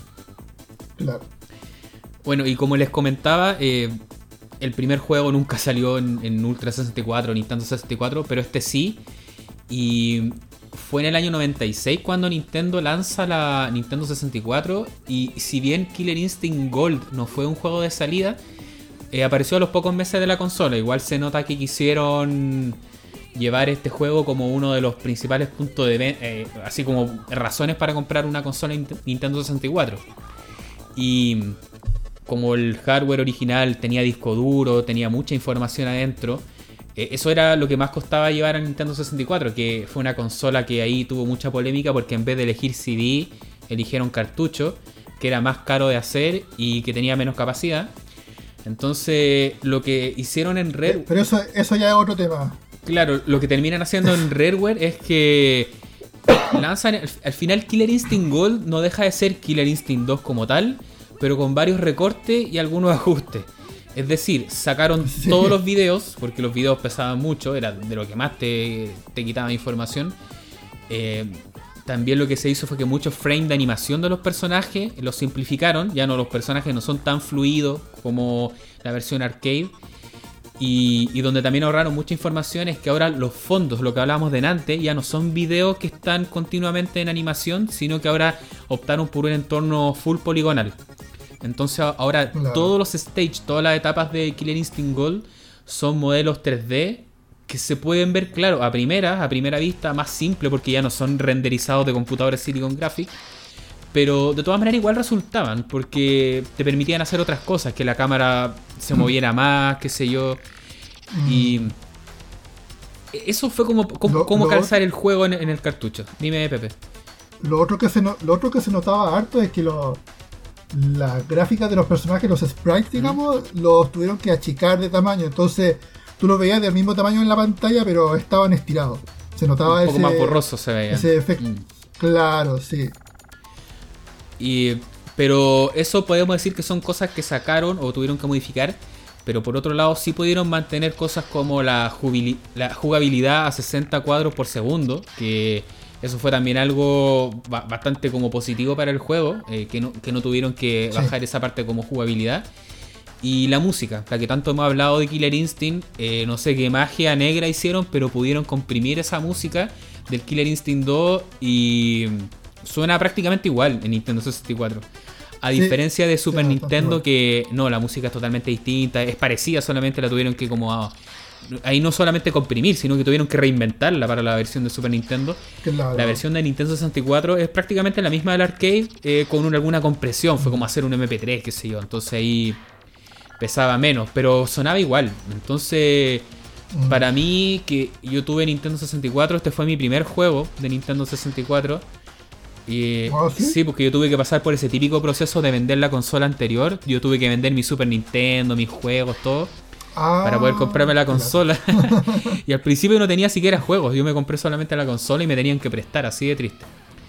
Claro. Bueno, y como les comentaba, eh, el primer juego nunca salió en, en Ultra sesenta y cuatro, Nintendo sesenta y cuatro, pero este sí. Y fue en el año noventa y seis cuando Nintendo lanza la Nintendo sesenta y cuatro. Y si bien Killer Instinct Gold no fue un juego de salida, eh, apareció a los pocos meses de la consola. Igual se nota que quisieron llevar este juego como uno de los principales puntos de ven- eh, así como razones para comprar una consola Nint- Nintendo sesenta y cuatro. Y como el hardware original tenía disco duro, tenía mucha información adentro, eh, eso era lo que más costaba llevar a Nintendo sesenta y cuatro, que fue una consola que ahí tuvo mucha polémica porque en vez de elegir C D, eligieron cartucho, que era más caro de hacer y que tenía menos capacidad. Entonces, lo que hicieron en Red... Pero eso, eso ya es otro tema. Claro, lo que terminan haciendo en Rareware es que lanzan, al, al final Killer Instinct Gold no deja de ser Killer Instinct dos como tal, pero con varios recortes y algunos ajustes. Es decir, sacaron Sí. todos los videos, porque los videos pesaban mucho, era de lo que más te, te quitaba información. Eh, también lo que se hizo fue que muchos frames de animación de los personajes los simplificaron, ya no, los personajes no son tan fluidos como la versión arcade. Y, y donde también ahorraron mucha información es que ahora los fondos, lo que hablábamos delante, ya no son videos que están continuamente en animación, sino que ahora optaron por un entorno full poligonal. Entonces ahora Claro. todos los stages, todas las etapas de Killer Instinct Gold son modelos tres D que se pueden ver, claro, a primera, a primera vista, más simple porque ya no son renderizados de computadores Silicon Graphics. Pero de todas maneras igual resultaban, porque te permitían hacer otras cosas, que la cámara se moviera más, qué sé yo. Y eso fue como, como, Lo- como lo- calzar el juego en, en el cartucho. Dime, Pepe. Lo otro que se, no- lo otro que se notaba harto es que lo- las gráficas de los personajes, los sprites, digamos, los tuvieron que achicar de tamaño. Entonces, tú los veías del mismo tamaño en la pantalla, pero estaban estirados. Se notaba Un poco ese, más borroso se veía. ese efecto. Mm. Claro, sí. Y, pero eso podemos decir que son cosas que sacaron o tuvieron que modificar. Pero por otro lado sí pudieron mantener cosas como la, jubili- la jugabilidad a sesenta cuadros por segundo. Que eso fue también algo ba- bastante como positivo para el juego. Eh, que, no, que no tuvieron que Sí. bajar esa parte como jugabilidad. Y la música, la que tanto hemos hablado de Killer Instinct. Eh, no sé qué magia negra hicieron, pero pudieron comprimir esa música del Killer Instinct dos. Y suena prácticamente igual en Nintendo sesenta y cuatro. A Sí, diferencia de Super sí, Nintendo, bastante que no, la música es totalmente distinta, es parecida, solamente la tuvieron que como... ah, ahí no solamente comprimir, sino que tuvieron que reinventarla para la versión de Super Nintendo. Claro. La versión de Nintendo sesenta y cuatro es prácticamente la misma del arcade, eh, con una, alguna compresión, fue como hacer un eme pe tres, qué sé yo, entonces ahí pesaba menos, pero sonaba igual. Entonces, Mm. para mí, que yo tuve Nintendo sesenta y cuatro, este fue mi primer juego de Nintendo sesenta y cuatro. Y, ¿Ah, sí? sí, porque yo tuve que pasar por ese típico proceso de vender la consola anterior. Yo tuve que vender mi Super Nintendo, mis juegos, todo, Ah, para poder comprarme la claro. consola. Y al principio no tenía siquiera juegos. Yo me compré solamente la consola y me tenían que prestar, así de triste.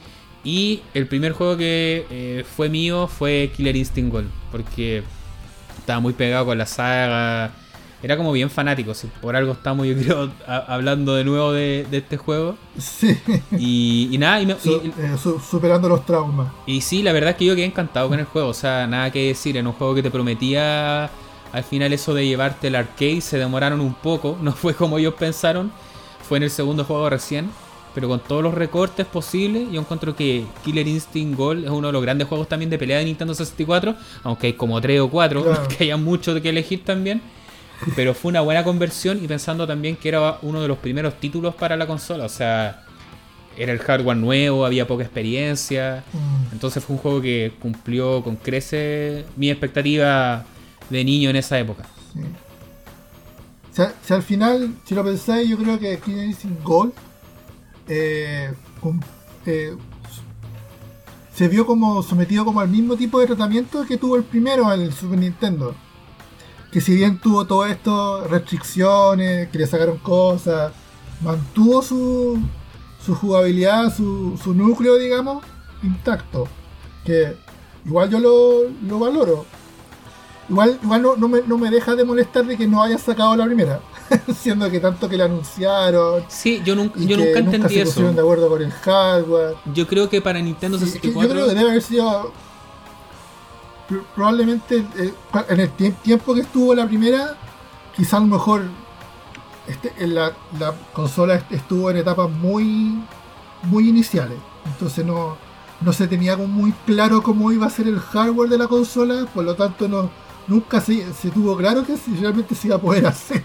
Y el primer juego que eh, fue mío fue Killer Instinct Gold, porque estaba muy pegado con la saga. Era como bien fanático. Si por algo estamos, yo creo, a- hablando de nuevo de, de este juego. Sí. Y, y nada, y, me- Su- y- eh, su- superando los traumas. y sí, la verdad es que yo quedé encantado con el juego. O sea, nada que decir. Era un juego que te prometía. Al final eso de llevarte el arcade se demoraron un poco. No fue como ellos pensaron. Fue en el segundo juego recién. Pero con todos los recortes posibles, yo encuentro que Killer Instinct Gold es uno de los grandes juegos también de pelea de Nintendo sesenta y cuatro. Aunque hay como tres o cuatro, Claro. que haya mucho de que elegir también. Pero fue una buena conversión y pensando también que era uno de los primeros títulos para la consola. O sea, era el hardware nuevo, había poca experiencia. Mm. Entonces fue un juego que cumplió con creces mi expectativa de niño en esa época. Sí. O sea, si al final, si lo pensáis, yo creo que Killer Instinct Gold eh, cum- eh, se vio como sometido como al mismo tipo de tratamiento que tuvo el primero, el Super Nintendo. Que si bien tuvo todo esto, restricciones, que le sacaron cosas, mantuvo su, su jugabilidad, su, su núcleo, digamos, intacto. Que igual yo lo, lo valoro. Igual, igual no, no, me, no me deja de molestar de que no haya sacado la primera. Siendo que tanto que la anunciaron. Sí, yo nunca, Y yo que nunca nunca entendí se pusieron de eso. acuerdo con el hardware. Yo creo que para Nintendo Sí, es sesenta que y yo cuatro... creo que debe haber sido pr- probablemente eh, en el tie- tiempo que estuvo la primera, quizá a lo mejor este, en la, la consola est- estuvo en etapas muy muy iniciales, entonces no, no se tenía como muy claro cómo iba a ser el hardware de la consola, por lo tanto no nunca se, se tuvo claro que si realmente se iba a poder hacer.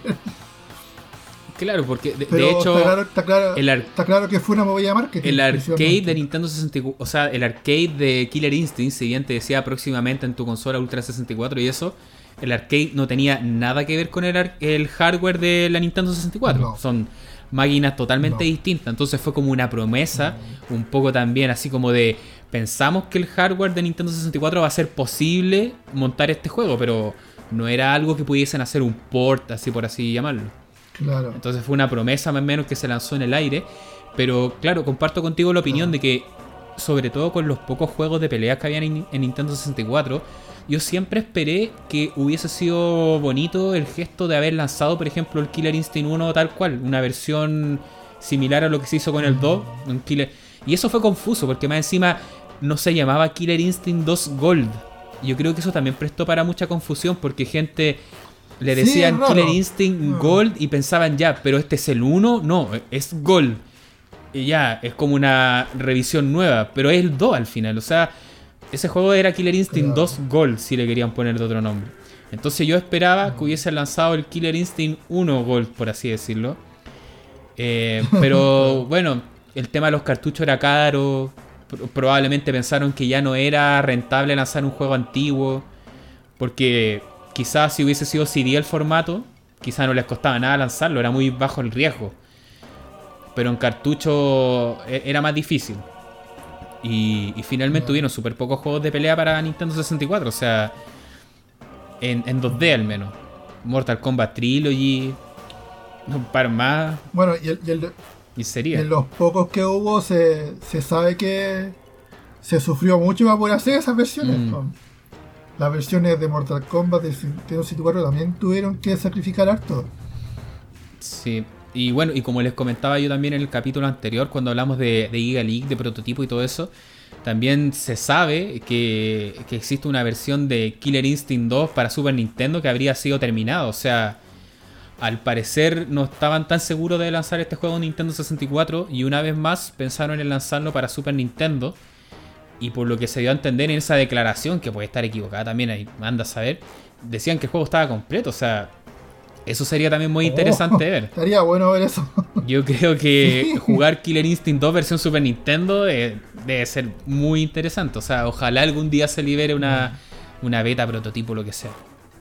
Claro, porque de, Pero de hecho... está, claro, está, claro, el ar- está claro que fue una movida de marketing. El arcade principalmente. de Nintendo sesenta y cuatro, o sea, el arcade de Killer Instinct, si bien te decía próximamente en tu consola Ultra sesenta y cuatro y eso, el arcade no tenía nada que ver con el, ar- el hardware de la Nintendo sesenta y cuatro. No. Son máquinas totalmente No. distintas. Entonces fue como una promesa, un poco también así como de, pensamos que el hardware de Nintendo sesenta y cuatro va a ser posible montar este juego, pero no era algo que pudiesen hacer un port, así por así llamarlo. Claro. Entonces fue una promesa más o menos que se lanzó en el aire. Pero claro, comparto contigo la opinión de que, sobre todo con los pocos juegos de peleas que habían en, en Nintendo sesenta y cuatro, yo siempre esperé que hubiese sido bonito el gesto de haber lanzado, por ejemplo, el Killer Instinct uno tal cual, una versión similar a lo que se hizo con el dos. Un Killer... Y eso fue confuso, porque más encima no se llamaba Killer Instinct dos Gold. Yo creo que eso también prestó para mucha confusión, porque gente... Le Sí, decían es raro. Killer Instinct Mm. Gold y pensaban ya, pero este es el uno, no, es Gold. Y ya, es como una revisión nueva, pero es el dos al final. O sea, ese juego era Killer Instinct Claro. dos Gold, si le querían poner de otro nombre. Entonces yo esperaba que hubiesen lanzado el Killer Instinct uno Gold, por así decirlo. Eh, pero bueno, el tema de los cartuchos era caro. Pro- probablemente pensaron que ya no era rentable lanzar un juego antiguo, porque quizás si hubiese sido C D el formato, quizás no les costaba nada lanzarlo, era muy bajo el riesgo. Pero en cartucho e- era más difícil. Y, y finalmente tuvieron súper pocos juegos de pelea para Nintendo sesenta y cuatro, o sea, en, en dos D al menos. Mortal Kombat Trilogy, un par más, Bueno, y, el, y, el- y y sería. en los pocos que hubo se, se sabe que se sufrió mucho para poder hacer esas versiones. Mm. ¿no? Las versiones de Mortal Kombat de Nintendo sesenta y cuatro también tuvieron que sacrificar harto. Sí. Y bueno, y como les comentaba yo también en el capítulo anterior, cuando hablamos de, de Giga League, de prototipo y todo eso, también se sabe que, que existe una versión de Killer Instinct dos para Super Nintendo que habría sido terminado. O sea, al parecer no estaban tan seguros de lanzar este juego en Nintendo sesenta y cuatro y una vez más pensaron en lanzarlo para Super Nintendo. Y por lo que se dio a entender en esa declaración, que puede estar equivocada también, ahí manda a saber, decían que el juego estaba completo. O sea, eso sería también muy interesante Oh, ver. estaría bueno ver eso. Yo creo que Sí. jugar Killer Instinct dos versión Super Nintendo eh, debe ser muy interesante. O sea, ojalá algún día se libere una, una beta, prototipo, lo que sea.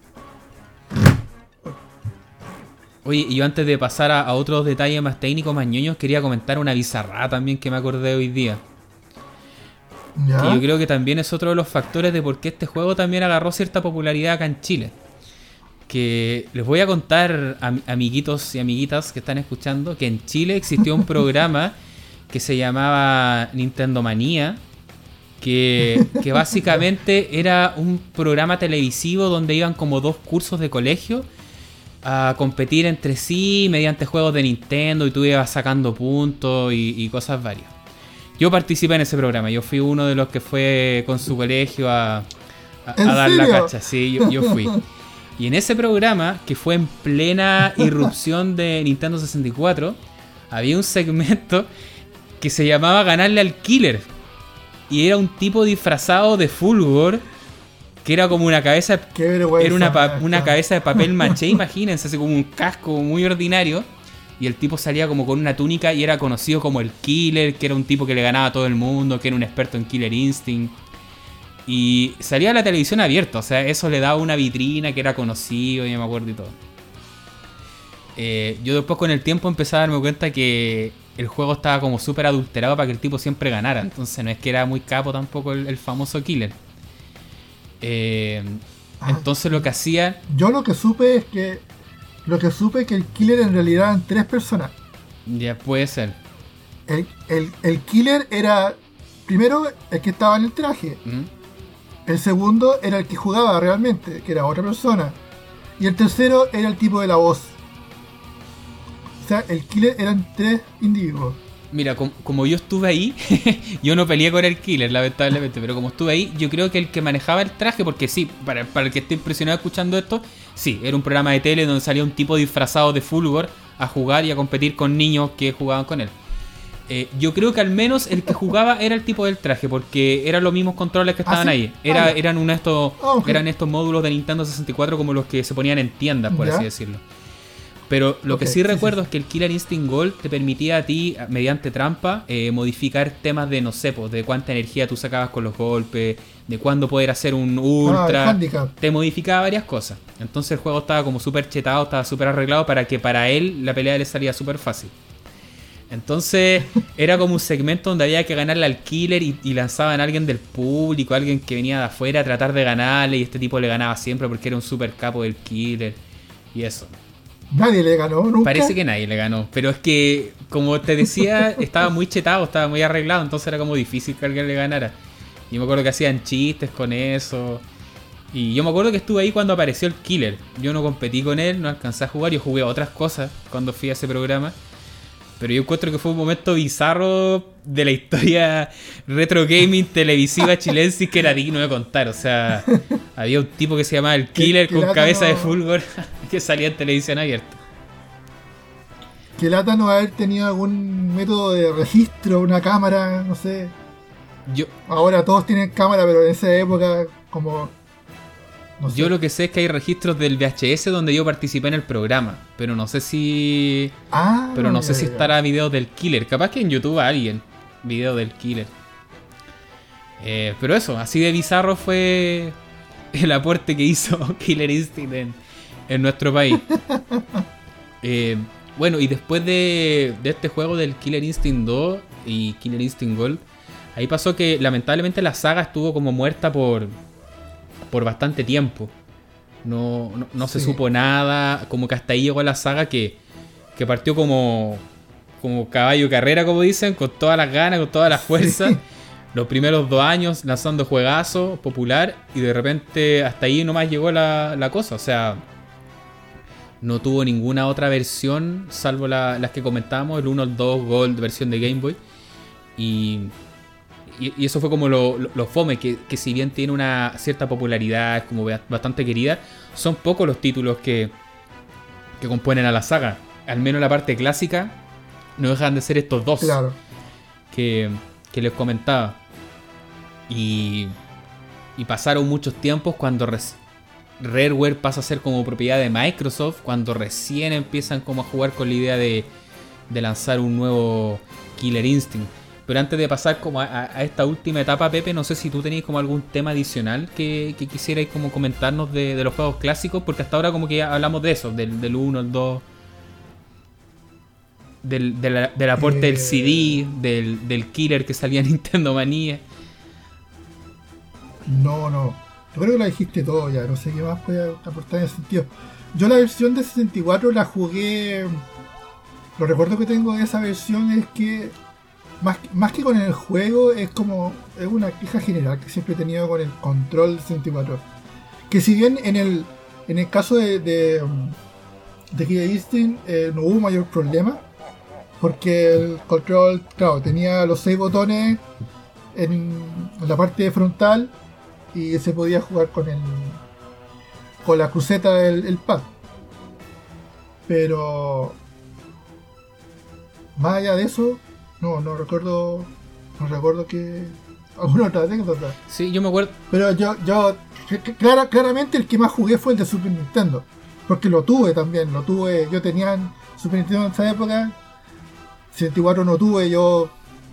Oye, y yo antes de pasar a, a otros detalles más técnicos, más ñoños, quería comentar una bizarrada también que me acordé hoy día. ¿Ya? Que yo creo que también es otro de los factores de por qué este juego también agarró cierta popularidad acá en Chile. Que les voy a contar, am- amiguitos y amiguitas que están escuchando, que en Chile existió un programa que se llamaba Nintendo Manía, que, que básicamente era un programa televisivo donde iban como dos cursos de colegio a competir entre sí mediante juegos de Nintendo y tú ibas sacando puntos y, y cosas varias. Yo participé en ese programa, yo fui uno de los que fue con su colegio a, a, a ¿En dar la serio? cacha, sí, yo, yo fui. Y en ese programa, que fue en plena irrupción de Nintendo sesenta y cuatro, había un segmento que se llamaba Ganarle al Killer. Y era un tipo disfrazado de Fulgor, que era como una cabeza, Qué vergüenza. era una, pa- maestro. una cabeza de papel maché, imagínense, así como un casco muy ordinario. Y el tipo salía como con una túnica y era conocido como el Killer, que era un tipo que le ganaba a todo el mundo, que era un experto en Killer Instinct. Y salía a la televisión abierta, o sea, eso le daba una vitrina que era conocido, ya me acuerdo y todo. Eh, yo después con el tiempo empecé a darme cuenta que el juego estaba como súper adulterado para que el tipo siempre ganara. Entonces no es que era muy capo tampoco el, el famoso Killer. Eh, Ah. entonces lo que hacía... Yo lo que supe es que. Lo que supe es que el killer en realidad eran tres personas. Ya puede ser. El, el, el killer era. Primero, el que estaba en el traje. ¿Mm? El segundo era el que jugaba realmente, que era otra persona. Y el tercero era el tipo de la voz. O sea, el killer eran tres individuos. Mira, com- como yo estuve ahí, yo no peleé con el Killer, lamentablemente, pero como estuve ahí, yo creo que el que manejaba el traje, porque sí, para, para el que esté impresionado escuchando esto, sí, era un programa de tele donde salía un tipo disfrazado de Fulgor a jugar y a competir con niños que jugaban con él. Eh, yo creo que al menos el que jugaba era el tipo del traje, porque eran los mismos controles que estaban ¿Ah, sí? ahí. Era, Ah, ya. eran, una de estos, Ah, ok. eran estos módulos de Nintendo sesenta y cuatro como los que se ponían en tiendas, por Ya. así decirlo. Pero lo que Ok, sí sí, recuerdo sí. es que el Killer Instinct Gold te permitía a ti, mediante trampa, eh, modificar temas de, no sé, pues, de cuánta energía tú sacabas con los golpes, de cuándo poder hacer un Ah, el ultra. handicap. Te modificaba varias cosas. Entonces el juego estaba como súper chetado, estaba súper arreglado para que para él la pelea le salía súper fácil. Entonces era como un segmento donde había que ganarle al Killer y, y lanzaban a alguien del público, alguien que venía de afuera a tratar de ganarle y este tipo le ganaba siempre porque era un super capo del Killer y eso. Nadie le ganó nunca. Parece que nadie le ganó, pero es que, como te decía, estaba muy chetado, estaba muy arreglado, entonces era como difícil que alguien le ganara. Y me acuerdo que hacían chistes con eso. Y yo me acuerdo que estuve ahí cuando apareció el Killer. Yo no competí con él, no alcancé a jugar, yo jugué a otras cosas cuando fui a ese programa. Pero yo encuentro que fue un momento bizarro de la historia retro gaming televisiva chilensis que era digno de contar. O sea, había un tipo que se llamaba el Killer que con lata cabeza de no- Fulgor que salía en televisión abierta. Que lata no haber tenido algún método de registro, una cámara, no sé. Yo, Ahora todos tienen cámara, pero en esa época, como. No sé. Yo lo que sé es que hay registros del V H S donde yo participé en el programa, pero no sé si Ah, pero no sé ya, si ya, ya. estará video del Killer. Capaz que en YouTube alguien video del Killer. Eh, pero eso, así de bizarro fue el aporte que hizo Killer Instinct en, en nuestro país. Eh, bueno, y después de, de este juego del Killer Instinct dos y Killer Instinct Gold, ahí pasó que lamentablemente la saga estuvo como muerta por, por bastante tiempo. No, no, no se Sí. supo nada, como que hasta ahí llegó la saga que, que partió como, como caballo de carrera, como dicen, con todas las ganas, con toda la fuerza. Sí. Los primeros dos años lanzando juegazo popular y de repente hasta ahí nomás llegó la, la cosa. O sea, no tuvo ninguna otra versión salvo la, las que comentábamos, el uno, el dos, Gold, versión de Game Boy. Y, y, y eso fue como lo, lo, lo fome, que, que si bien tiene una cierta popularidad, es como bastante querida, son pocos los títulos que, que componen a la saga. Al menos la parte clásica no dejan de ser estos dos Claro. que, que les comentaba. Y, y pasaron muchos tiempos cuando res, Rareware pasa a ser como propiedad de Microsoft, cuando recién empiezan como a jugar con la idea de, de lanzar un nuevo Killer Instinct. Pero antes de pasar como a, a esta última etapa, Pepe, no sé si tú tenéis como algún tema adicional que, que quisierais como comentarnos de, de los juegos clásicos, porque hasta ahora como que ya hablamos de eso, del, del uno, el dos, del, de la, del aporte Eh... del C D, del, del Killer que salía en Nintendo Manía. No, no. Yo creo que lo dijiste todo ya. No sé qué más puede aportar en ese sentido. Yo la versión de sesenta y cuatro la jugué. Lo recuerdo que tengo de esa versión es que más, más que con el juego es como es una queja general que siempre he tenido con el control de sesenta y cuatro. Que si bien en el en el caso de de, de Killer Instinct eh, no hubo mayor problema, porque el control, claro, tenía los seis botones en, en la parte frontal y se podía jugar con el con la cruceta del el pad. Pero más allá de eso, no, no recuerdo, no recuerdo que alguna otra anécdota. Sí, yo me acuerdo. Pero yo, yo clara, claramente el que más jugué fue el de Super Nintendo, porque lo tuve también, lo tuve, yo tenía Super Nintendo en esa época, sesenta y cuatro no tuve, yo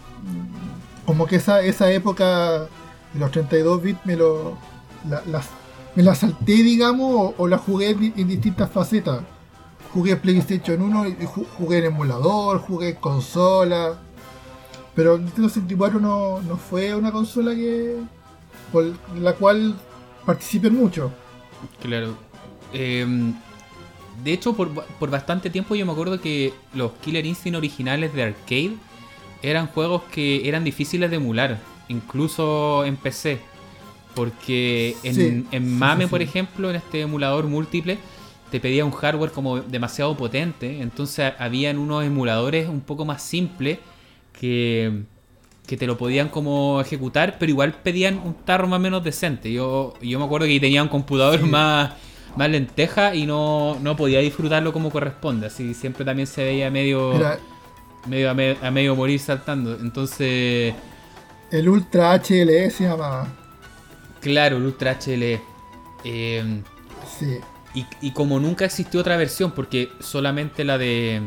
como que esa, esa época de los treinta y dos bits me lo la, las, me la salté, digamos, o, o la jugué en, en distintas facetas. Jugué PlayStation uno y jugué en emulador, jugué en consola. Pero Nintendo sesenta y cuatro no, no fue una consola que por la cual participé mucho. Claro. Eh, de hecho, por, por bastante tiempo yo me acuerdo que los Killer Instinct originales de arcade eran juegos que eran difíciles de emular, incluso en P C. Porque en, Sí, en sí, MAME, sí, por sí. ejemplo, en este emulador múltiple, te pedía un hardware como demasiado potente. Entonces habían unos emuladores un poco más simples que, que te lo podían como ejecutar, pero igual pedían un tarro más o menos decente. Yo, yo me acuerdo que tenía un computador Sí. más, más lenteja y no, no podía disfrutarlo como corresponde. Así siempre también se veía medio, Era medio a, me- a medio morir saltando. Entonces, el Ultra H L E se llamaba. claro, el Ultra H L E. Eh, Sí. Y, y como nunca existió otra versión, porque solamente la de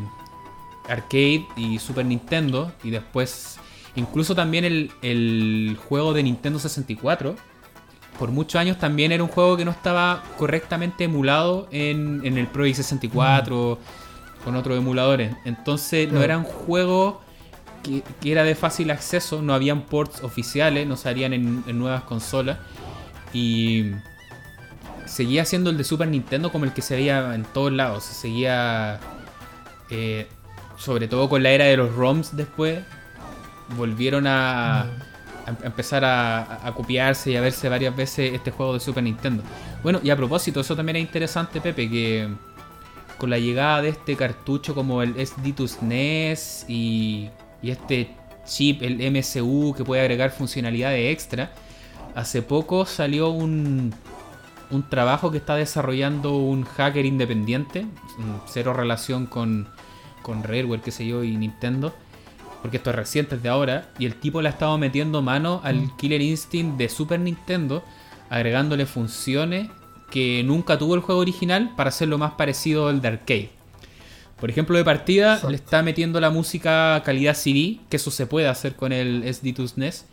Arcade y Super Nintendo, y después incluso también el, el juego de Nintendo sesenta y cuatro, por muchos años también era un juego que no estaba correctamente emulado en, en el Pro sesenta y cuatro, mm. con otros emuladores. Entonces Claro. no era un juego que, que era de fácil acceso, no habían ports oficiales, no salían en, en nuevas consolas, y seguía siendo el de Super Nintendo como el que se veía en todos lados. Se seguía, eh, sobre todo con la era de los ROMs después, volvieron a, a empezar a, a copiarse y a verse varias veces este juego de Super Nintendo. Bueno, y a propósito, eso también es interesante, Pepe, que con la llegada de este cartucho como el S D dos N E S y, y este chip, el M S U, que puede agregar funcionalidades extra, hace poco salió un... un trabajo que está desarrollando un hacker independiente, cero relación con, con Rareware, qué sé yo, y Nintendo, porque esto es reciente, es de ahora, y el tipo le ha estado metiendo mano al Killer Instinct de Super Nintendo, agregándole funciones que nunca tuvo el juego original para hacerlo más parecido al de arcade. Por ejemplo, de partida, Exacto. le está metiendo la música calidad C D, que eso se puede hacer con el S D dos N E S,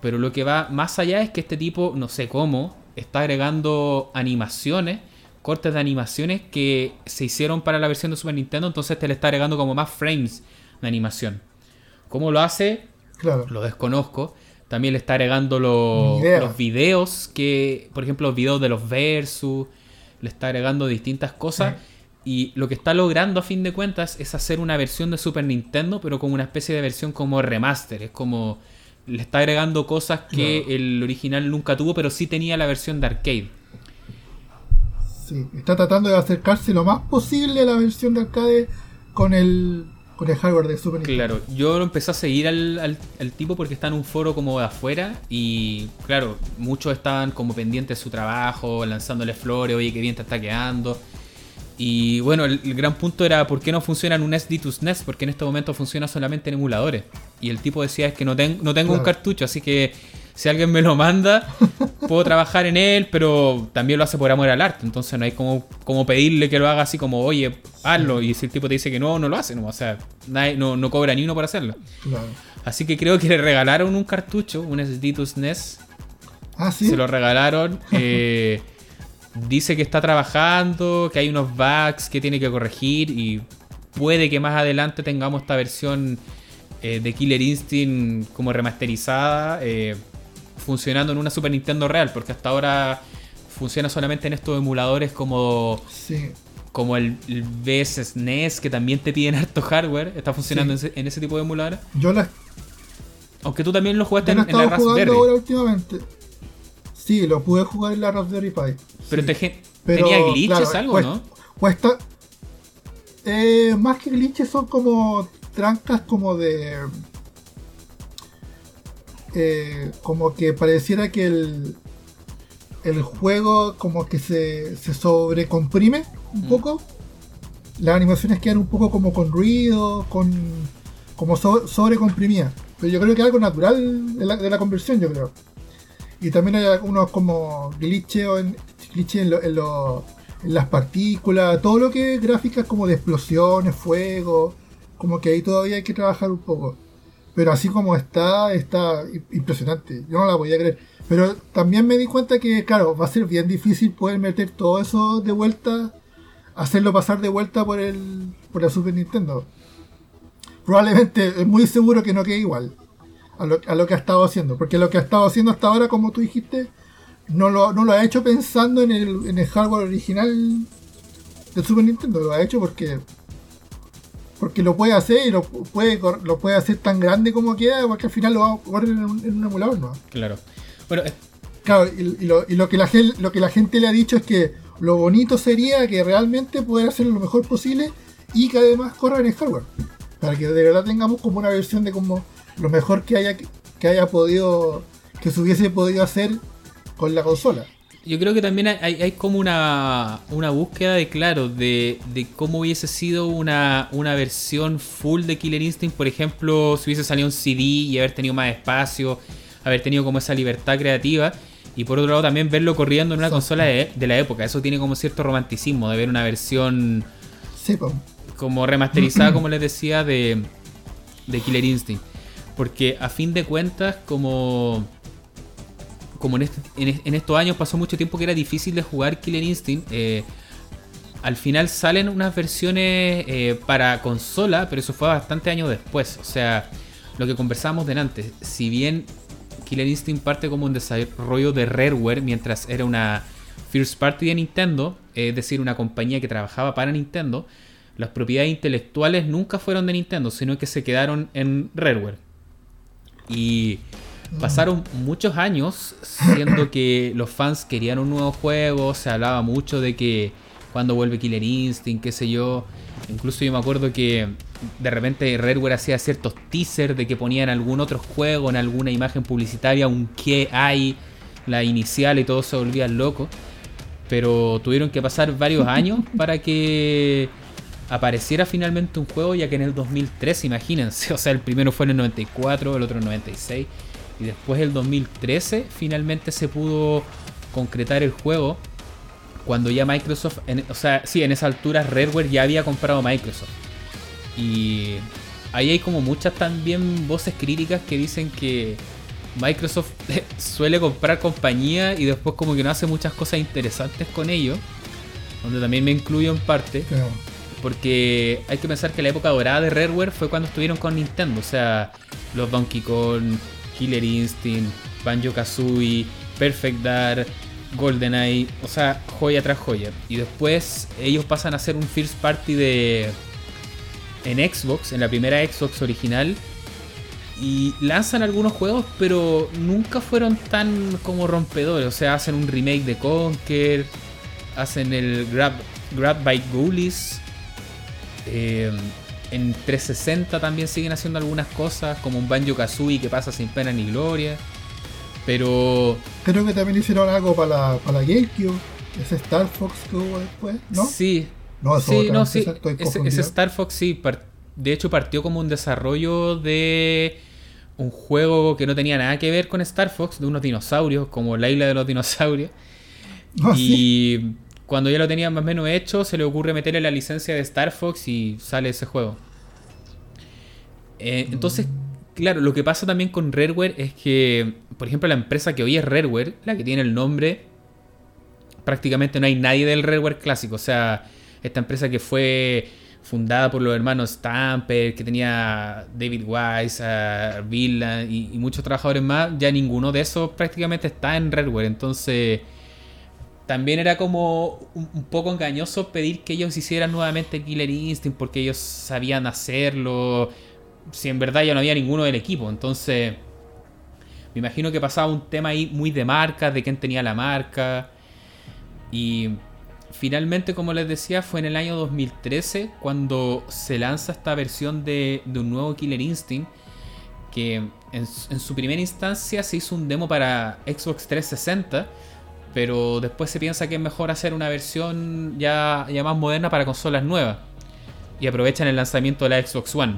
pero lo que va más allá es que este tipo, no sé cómo, está agregando animaciones, cortes de animaciones que se hicieron para la versión de Super Nintendo, entonces te le está agregando como más frames de animación. ¿Cómo lo hace? Claro. Lo desconozco. También le está agregando lo, los videos, que por ejemplo los videos de los versus, le está agregando distintas cosas. Sí. Y lo que está logrando a fin de cuentas es hacer una versión de Super Nintendo, pero como una especie de versión como remaster. Es como le está agregando cosas que no. el original nunca tuvo, pero sí tenía la versión de arcade. Sí, está tratando de acercarse lo más posible a la versión de arcade con el, con el hardware de Super Nintendo. Claro, yo lo empecé a seguir al, al, al tipo porque está en un foro como de afuera y claro, muchos estaban como pendientes de su trabajo, lanzándole flores, oye, qué bien te está quedando. Y bueno, el, el gran punto era por qué no funciona en un S D to S N E S, porque en este momento funciona solamente en emuladores. Y el tipo decía es que no, ten, no tengo claro. un cartucho, así que si alguien me lo manda, puedo trabajar en él, pero también lo hace por amor al arte. Entonces no hay como, como pedirle que lo haga así como, oye, hazlo. Y si el tipo te dice que no, no lo hace. No, o sea, nadie, no, no cobra ni uno por hacerlo. Claro. Así que creo que le regalaron un cartucho, un S D to S N E S. Ah, ¿sí? Se lo regalaron. Eh, dice que está trabajando, que hay unos bugs que tiene que corregir y puede que más adelante tengamos esta versión eh, de Killer Instinct como remasterizada, eh, funcionando en una Super Nintendo real, porque hasta ahora funciona solamente en estos emuladores como, sí. como el, el V S S N E S, que también te piden harto hardware. Está funcionando sí. en, ese, en ese tipo de emuladores. Yo la... Aunque tú también lo jugaste en, en la Raspberry. Ahora últimamente. Sí, lo pude jugar en la Raspberry Pi. Pero, sí. te, Pero tenía glitches claro, algo, cuesta, ¿no? Cuesta... Eh, más que glitches son como trancas como de... Eh, como que pareciera que el, el juego como que se, se sobrecomprime un mm. poco. Las animaciones quedan un poco como con ruido, con como so, sobrecomprimidas. Pero yo creo que es algo natural de la, de la conversión, yo creo. Y también hay algunos como glitches en, glitche en, lo, en, lo, en las partículas, todo lo que es gráficas como de explosiones, fuego, como que ahí todavía hay que trabajar un poco. Pero así como está, está impresionante. Yo no la podía creer. Pero también me di cuenta que, claro, va a ser bien difícil poder meter todo eso de vuelta, hacerlo pasar de vuelta por el por la Super Nintendo. Probablemente, es muy seguro que no quede igual a lo, a lo que ha estado haciendo. Porque lo que ha estado haciendo hasta ahora, como tú dijiste, no lo, no lo ha hecho pensando en el, en el hardware original del Super Nintendo. Lo ha hecho porque... Porque lo puede hacer y lo puede lo puede hacer tan grande como queda, porque al final lo va a correr en un, en un emulador, ¿no? Claro. Bueno, eh. claro, y, y, lo, y lo que la gente lo que la gente le ha dicho es que lo bonito sería que realmente poder hacerlo lo mejor posible y que además corra en el hardware, para que de verdad tengamos como una versión de como lo mejor que haya que haya podido que se hubiese podido hacer con la consola. Yo creo que también hay, hay como una, una búsqueda de, claro, de, de cómo hubiese sido una, una versión full de Killer Instinct. Por ejemplo, si hubiese salido un C D y haber tenido más espacio, haber tenido como esa libertad creativa. Y por otro lado también verlo corriendo en una sí. consola de, de la época. Eso tiene como cierto romanticismo de ver una versión sí, pues. como remasterizada, como les decía, de, de Killer Instinct. Porque a fin de cuentas, como... como en, este, en, en estos años pasó mucho tiempo que era difícil de jugar Killer Instinct, eh, al final salen unas versiones eh, para consola, pero eso fue bastante años después. O sea, lo que conversábamos delante, si bien Killer Instinct parte como un desarrollo de Rareware mientras era una first party de Nintendo, es decir, una compañía que trabajaba para Nintendo, las propiedades intelectuales nunca fueron de Nintendo, sino que se quedaron en Rareware. Y... pasaron muchos años siendo que los fans querían un nuevo juego, se hablaba mucho de que cuando vuelve Killer Instinct, qué sé yo. Incluso yo me acuerdo que de repente Rareware hacía ciertos teasers de que ponían algún otro juego en alguna imagen publicitaria, un qué hay, la inicial, y todos se volvían locos. Pero tuvieron que pasar varios años para que apareciera finalmente un juego, ya que en el dos mil tres, imagínense, o sea, el primero fue en el noventa y cuatro, el otro en el noventa y seis. Y después el dos mil trece finalmente se pudo concretar el juego, cuando ya Microsoft, en, o sea, sí, en esa altura Rareware ya había comprado Microsoft. Y ahí hay como muchas también voces críticas que dicen que Microsoft suele comprar compañía y después como que no hace muchas cosas interesantes con ellos, donde también me incluyo en parte, Claro. porque hay que pensar que la época dorada de Rareware fue cuando estuvieron con Nintendo, o sea, los Donkey Kong, Killer Instinct, Banjo-Kazooie, Perfect Dark, GoldenEye, o sea, joya tras joya. Y después ellos pasan a ser un first party de en Xbox, en la primera Xbox original, y lanzan algunos juegos, pero nunca fueron tan como rompedores. O sea, hacen un remake de Conker, hacen el Grab, Grab by Ghoulies. Eh, en trescientos sesenta también siguen haciendo algunas cosas, como un Banjo-Kazooie que pasa sin pena ni gloria. Pero Creo que también hicieron algo para la, para la GameCube. Ese Star Fox que hubo después, ¿no? sí, No, eso sí, otra no, sí. empresa, estoy Ese, confundido. ese Star Fox sí, par- de hecho partió como un desarrollo de un juego que no tenía nada que ver con Star Fox, de unos dinosaurios, como la isla de los dinosaurios. No, sí. Y cuando ya lo tenían más o menos hecho, se le ocurre meterle la licencia de Star Fox y sale ese juego. Eh, entonces, claro, lo que pasa también con Rareware es que, por ejemplo, la empresa que hoy es Rareware, la que tiene el nombre, prácticamente no hay nadie del Rareware clásico. O sea, esta empresa que fue fundada por los hermanos Stamper, que tenía David Wise, uh, Villan y, y muchos trabajadores más, ya ninguno de esos prácticamente está en Rareware. Entonces, también era como un, un poco engañoso pedir que ellos hicieran nuevamente Killer Instinct porque ellos sabían hacerlo, si en verdad ya no había ninguno del equipo. Entonces, me imagino que pasaba un tema ahí muy de marca, de quién tenía la marca. Y finalmente, como les decía, fue en el año dos mil trece cuando se lanza esta versión de, de un nuevo Killer Instinct, que en, en su primera instancia se hizo un demo para Xbox trescientos sesenta, pero después se piensa que es mejor hacer una versión ya, ya más moderna para consolas nuevas, y aprovechan el lanzamiento de la Xbox One.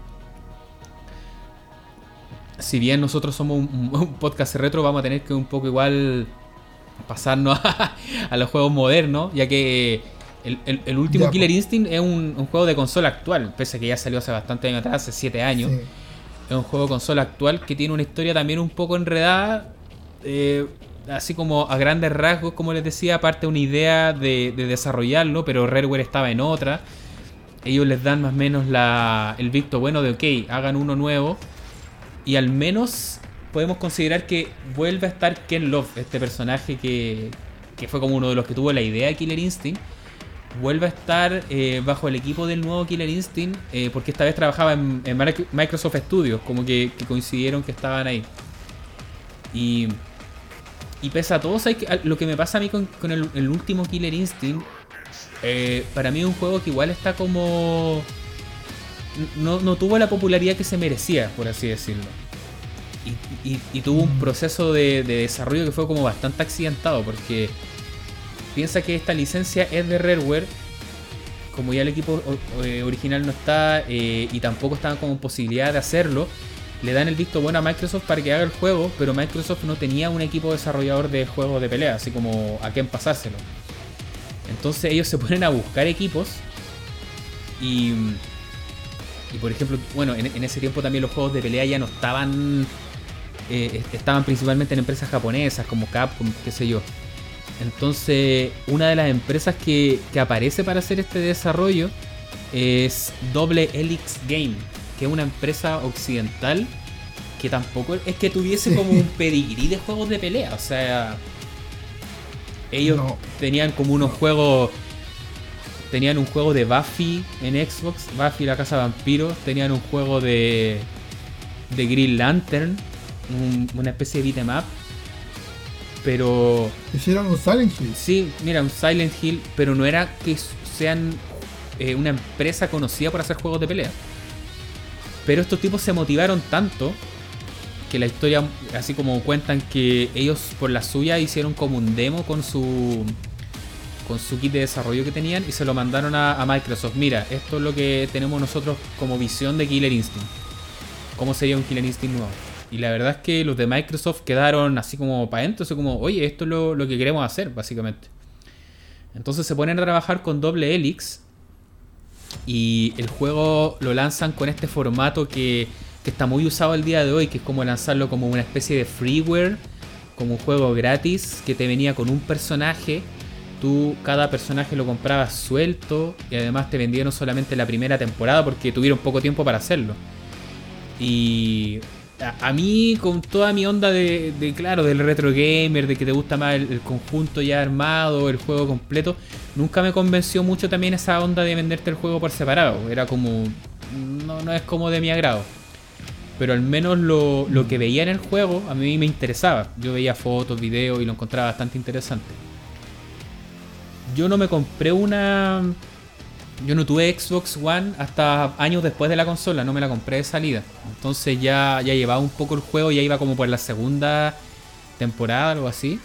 Si bien nosotros somos un, un podcast retro, vamos a tener que un poco igual pasarnos a, a los juegos modernos, ya que el, el, el último Ya, Killer pues. Instinct es un, un juego de consola actual, pese a que ya salió hace bastante años atrás, hace siete años. Sí. Es un juego de consola actual que tiene una historia también un poco enredada, eh, así como a grandes rasgos, como les decía, aparte de una idea de, de desarrollarlo, pero Rareware estaba en otra. Ellos les dan más o menos la, el visto bueno de ok, hagan uno nuevo, y al menos podemos considerar que vuelve a estar Ken Love, este personaje que, que fue como uno de los que tuvo la idea de Killer Instinct. Vuelve a estar eh, bajo el equipo del nuevo Killer Instinct, eh, porque esta vez trabajaba en, en Microsoft Studios, como que, que coincidieron que estaban ahí. Y, y pese a todo, ¿sabes qué? Lo que me pasa a mí con, con el, el último Killer Instinct, eh, para mí es un juego que igual está como... No, no tuvo la popularidad que se merecía, por así decirlo. Y, y, y tuvo un proceso de, de desarrollo que fue como bastante accidentado, porque piensa que esta licencia es de Rareware, como ya el equipo eh, original no está, eh, y tampoco estaban como posibilidad de hacerlo, le dan el visto bueno a Microsoft para que haga el juego, pero Microsoft no tenía un equipo desarrollador de juegos de pelea, así como a quién pasárselo. Entonces ellos se ponen a buscar equipos y... Y por ejemplo, bueno, en, en ese tiempo también los juegos de pelea ya no estaban... Eh, estaban principalmente en empresas japonesas como Capcom, qué sé yo. Entonces, una de las empresas que, que aparece para hacer este desarrollo es Double Helix Game, que es una empresa occidental que tampoco es que tuviese Sí. como un pedigrí de juegos de pelea. O sea, ellos No. tenían como unos juegos... Tenían un juego de Buffy en Xbox, Buffy la Casa de Vampiros. Tenían un juego de, de Green Lantern, un, una especie de beat'em up. Pero Hicieron un Silent Hill. sí, mira, un Silent Hill, pero no era que sean eh, una empresa conocida por hacer juegos de pelea. Pero estos tipos se motivaron tanto que la historia, así como cuentan que ellos por la suya hicieron como un demo con su... con su kit de desarrollo que tenían y se lo mandaron a, a Microsoft. Mira, esto es lo que tenemos nosotros como visión de Killer Instinct. ¿Cómo sería un Killer Instinct nuevo? Y la verdad es que los de Microsoft quedaron así como para adentro, así como, oye, esto es lo, lo que queremos hacer, básicamente. Entonces se ponen a trabajar con Double Helix y el juego lo lanzan con este formato que que está muy usado el día de hoy, que es como lanzarlo como una especie de freeware, como un juego gratis que te venía con un personaje. Tú cada personaje lo comprabas suelto y además te vendieron solamente la primera temporada porque tuvieron poco tiempo para hacerlo. Y a, a mí, con toda mi onda de, de, claro, del retro gamer, de que te gusta más el, el conjunto ya armado, el juego completo, nunca me convenció mucho también esa onda de venderte el juego por separado. Era como... no, no es como de mi agrado. Pero al menos lo, lo que veía en el juego a mí me interesaba. Yo veía fotos, videos y lo encontraba bastante interesante. Yo no me compré una... Yo no tuve Xbox One hasta años después de la consola, no me la compré de salida. Entonces ya, ya llevaba un poco el juego, ya iba como por la segunda temporada, algo así.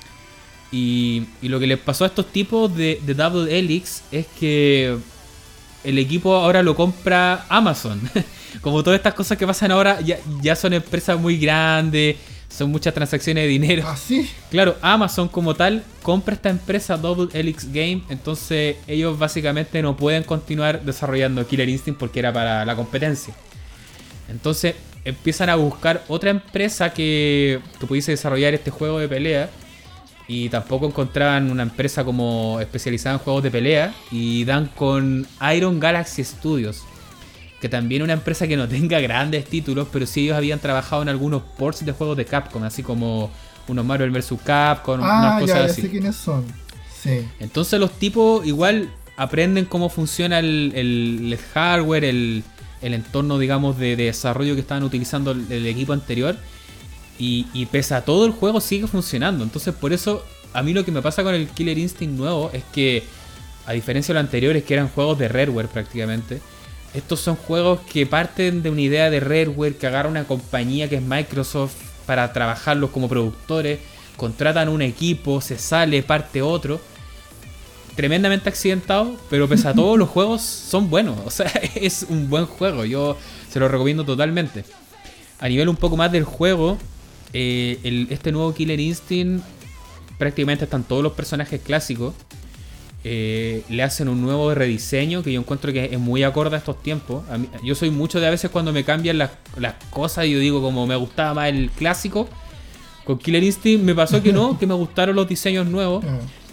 Y, y lo que les pasó a estos tipos de, de Double Helix es que el equipo ahora lo compra Amazon. Como todas estas cosas que pasan ahora ya, ya son empresas muy grandes, son muchas transacciones de dinero. ¿Ah, sí? Claro, Amazon como tal compra esta empresa Double Helix Game, entonces ellos básicamente no pueden continuar desarrollando Killer Instinct porque era para la competencia. Entonces empiezan a buscar otra empresa que, que pudiese desarrollar este juego de pelea y tampoco encontraban una empresa como especializada en juegos de pelea y dan con Iron Galaxy Studios, que también es una empresa que no tenga grandes títulos, pero sí ellos habían trabajado en algunos ports de juegos de Capcom, así como unos Marvel versus. Capcom, ah, unas cosas ya, ya así. sé quiénes son. Sí. Entonces los tipos igual aprenden cómo funciona el, el, el hardware, el, el entorno, digamos, de, de desarrollo que estaban utilizando el, el equipo anterior. Y, y pese a todo el juego sigue funcionando. Entonces por eso a mí lo que me pasa con el Killer Instinct nuevo es que, a diferencia de los anteriores que eran juegos de Rareware prácticamente, estos son juegos que parten de una idea de Rareware, que agarra una compañía que es Microsoft para trabajarlos como productores, contratan un equipo, se sale, parte otro. Tremendamente accidentado, pero pese a todo los juegos son buenos. O sea, es un buen juego, yo se lo recomiendo totalmente. A nivel un poco más del juego, eh, el, este nuevo Killer Instinct prácticamente están todos los personajes clásicos. Eh, le hacen un nuevo rediseño que yo encuentro que es muy acorde a estos tiempos. A mí, yo soy mucho de a veces cuando me cambian las, las cosas y yo digo como me gustaba más el clásico. Con Killer Instinct me pasó que no, que me gustaron los diseños nuevos.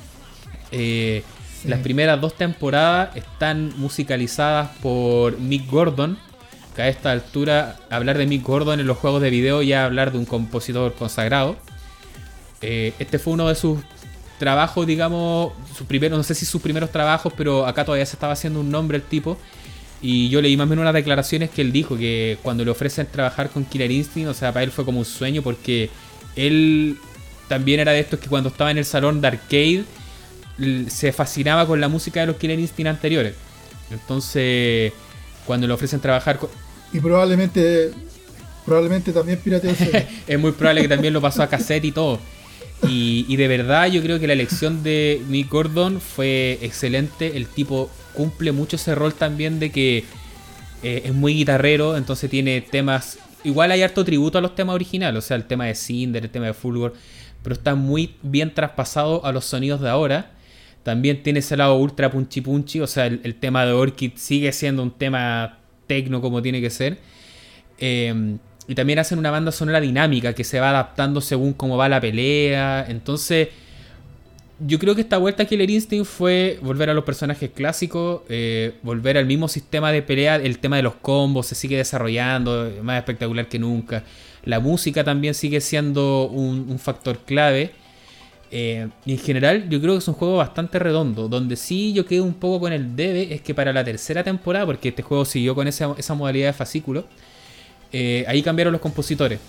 Eh, sí. Las primeras dos temporadas están musicalizadas por Mick Gordon, que a esta altura hablar de Mick Gordon en los juegos de video ya hablar de un compositor consagrado. Eh, este fue uno de sus trabajos, digamos, sus primeros, no sé si sus primeros trabajos, pero acá todavía se estaba haciendo un nombre el tipo. Y yo leí más o menos unas declaraciones que él dijo que cuando le ofrecen trabajar con Killer Instinct, o sea, para él fue como un sueño, porque él también era de estos que cuando estaba en el salón de arcade se fascinaba con la música de los Killer Instinct anteriores. Entonces, cuando le ofrecen trabajar con... Y probablemente probablemente también pirateó. Es muy probable que también lo pasó a cassette y todo. Y, y de verdad yo creo que la elección de Mick Gordon fue excelente. El tipo cumple mucho ese rol también de que eh, es muy guitarrero, entonces tiene temas... Igual hay harto tributo a los temas originales, o sea, el tema de Cinder, el tema de Fulgor, pero está muy bien traspasado a los sonidos de ahora. También tiene ese lado ultra punchy punchy, o sea, el, el tema de Orchid sigue siendo un tema tecno como tiene que ser. Eh, y también hacen una banda sonora dinámica que se va adaptando según cómo va la pelea. Entonces, yo creo que esta vuelta a Killer Instinct fue volver a los personajes clásicos, eh, volver al mismo sistema de pelea. El tema de los combos se sigue desarrollando, más espectacular que nunca. La música también sigue siendo un, un factor clave. Eh, y en general yo creo que es un juego bastante redondo. Donde sí yo quedo un poco con el debe es que para la tercera temporada, porque este juego siguió con esa, esa modalidad de fascículo, eh, ahí cambiaron los compositores.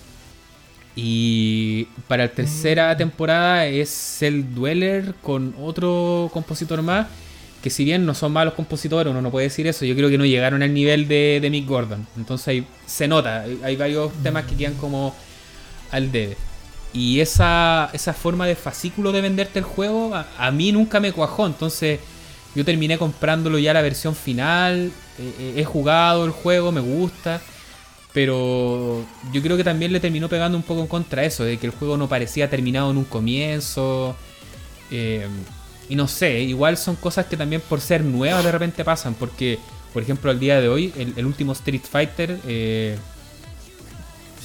Y para la tercera temporada es Cell Dweller con otro compositor más, que si bien no son malos compositores, uno no puede decir eso, yo creo que no llegaron al nivel de, de Mick Gordon. Entonces ahí se nota, hay, hay varios temas que quedan como al debe. Y esa, esa forma de fascículo de venderte el juego a, a mí nunca me cuajó. Entonces yo terminé comprándolo ya la versión final. eh, He jugado el juego, me gusta, pero yo creo que también le terminó pegando un poco en contra eso, de que el juego no parecía terminado en un comienzo. eh, Y no sé, igual son cosas que también por ser nuevas de repente pasan. Porque, por ejemplo, al día de hoy el, el último Street Fighter, eh,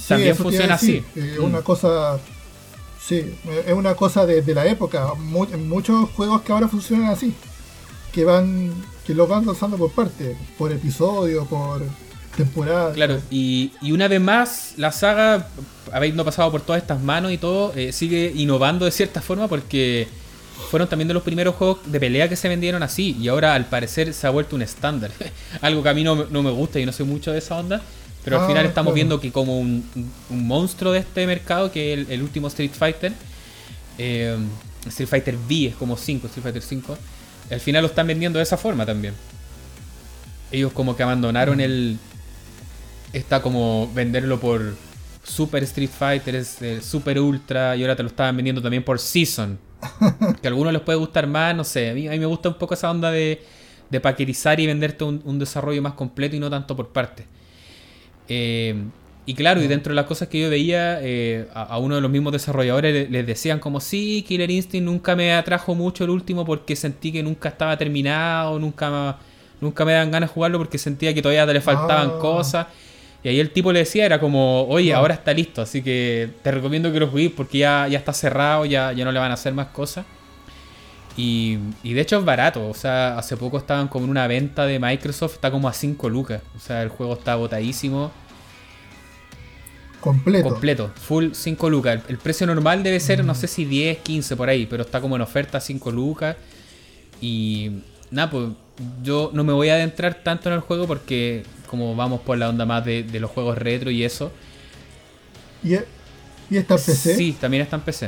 Sí, también eso te iba a funciona decir, así. Es Mm. una cosa. Sí, es una cosa de, de la época. Mu- en muchos juegos que ahora funcionan así. Que van. Que los van lanzando por parte. Por episodio, por temporada. Claro, y, y una vez más, la saga, habiendo pasado por todas estas manos y todo, eh, sigue innovando de cierta forma porque fueron también de los primeros juegos de pelea que se vendieron así y ahora al parecer se ha vuelto un estándar. Algo que a mí no, no me gusta y no soy mucho de esa onda, pero al Ah, final estamos claro. viendo que como un, un monstruo de este mercado, que es el, el último Street Fighter, eh, Street Fighter V es como cinco, Street Fighter cinco, al final lo están vendiendo de esa forma también. Ellos como que abandonaron el... Está como venderlo por Super Street Fighter, es el Super Ultra, y ahora te lo estaban vendiendo también por Season. Que a algunos les puede gustar más, no sé. A mí, a mí me gusta un poco esa onda de, de paquetizar y venderte un, un desarrollo más completo y no tanto por partes. Eh, y claro, y dentro de las cosas que yo veía, eh, a, a uno de los mismos desarrolladores le- les decían como sí, Killer Instinct nunca me atrajo mucho el último porque sentí que nunca estaba terminado, nunca, nunca me dan ganas de jugarlo porque sentía que todavía le faltaban Ah. cosas. Y ahí el tipo le decía, era como, oye, No. ahora está listo, así que te recomiendo que lo juegues porque ya, ya está cerrado, ya, ya no le van a hacer más cosas. Y, y de hecho es barato, o sea, hace poco estaban como en una venta de Microsoft, está como a cinco lucas. O sea, el juego está botadísimo, Completo. completo, full cinco lucas. El, el precio normal debe ser, no sé si diez, quince por ahí, pero está como en oferta cinco lucas. Y nada, pues yo no me voy a adentrar tanto en el juego porque como vamos por la onda más de, de los juegos retro y eso. ¿Y, e- y está en P C? Sí, también está en P C.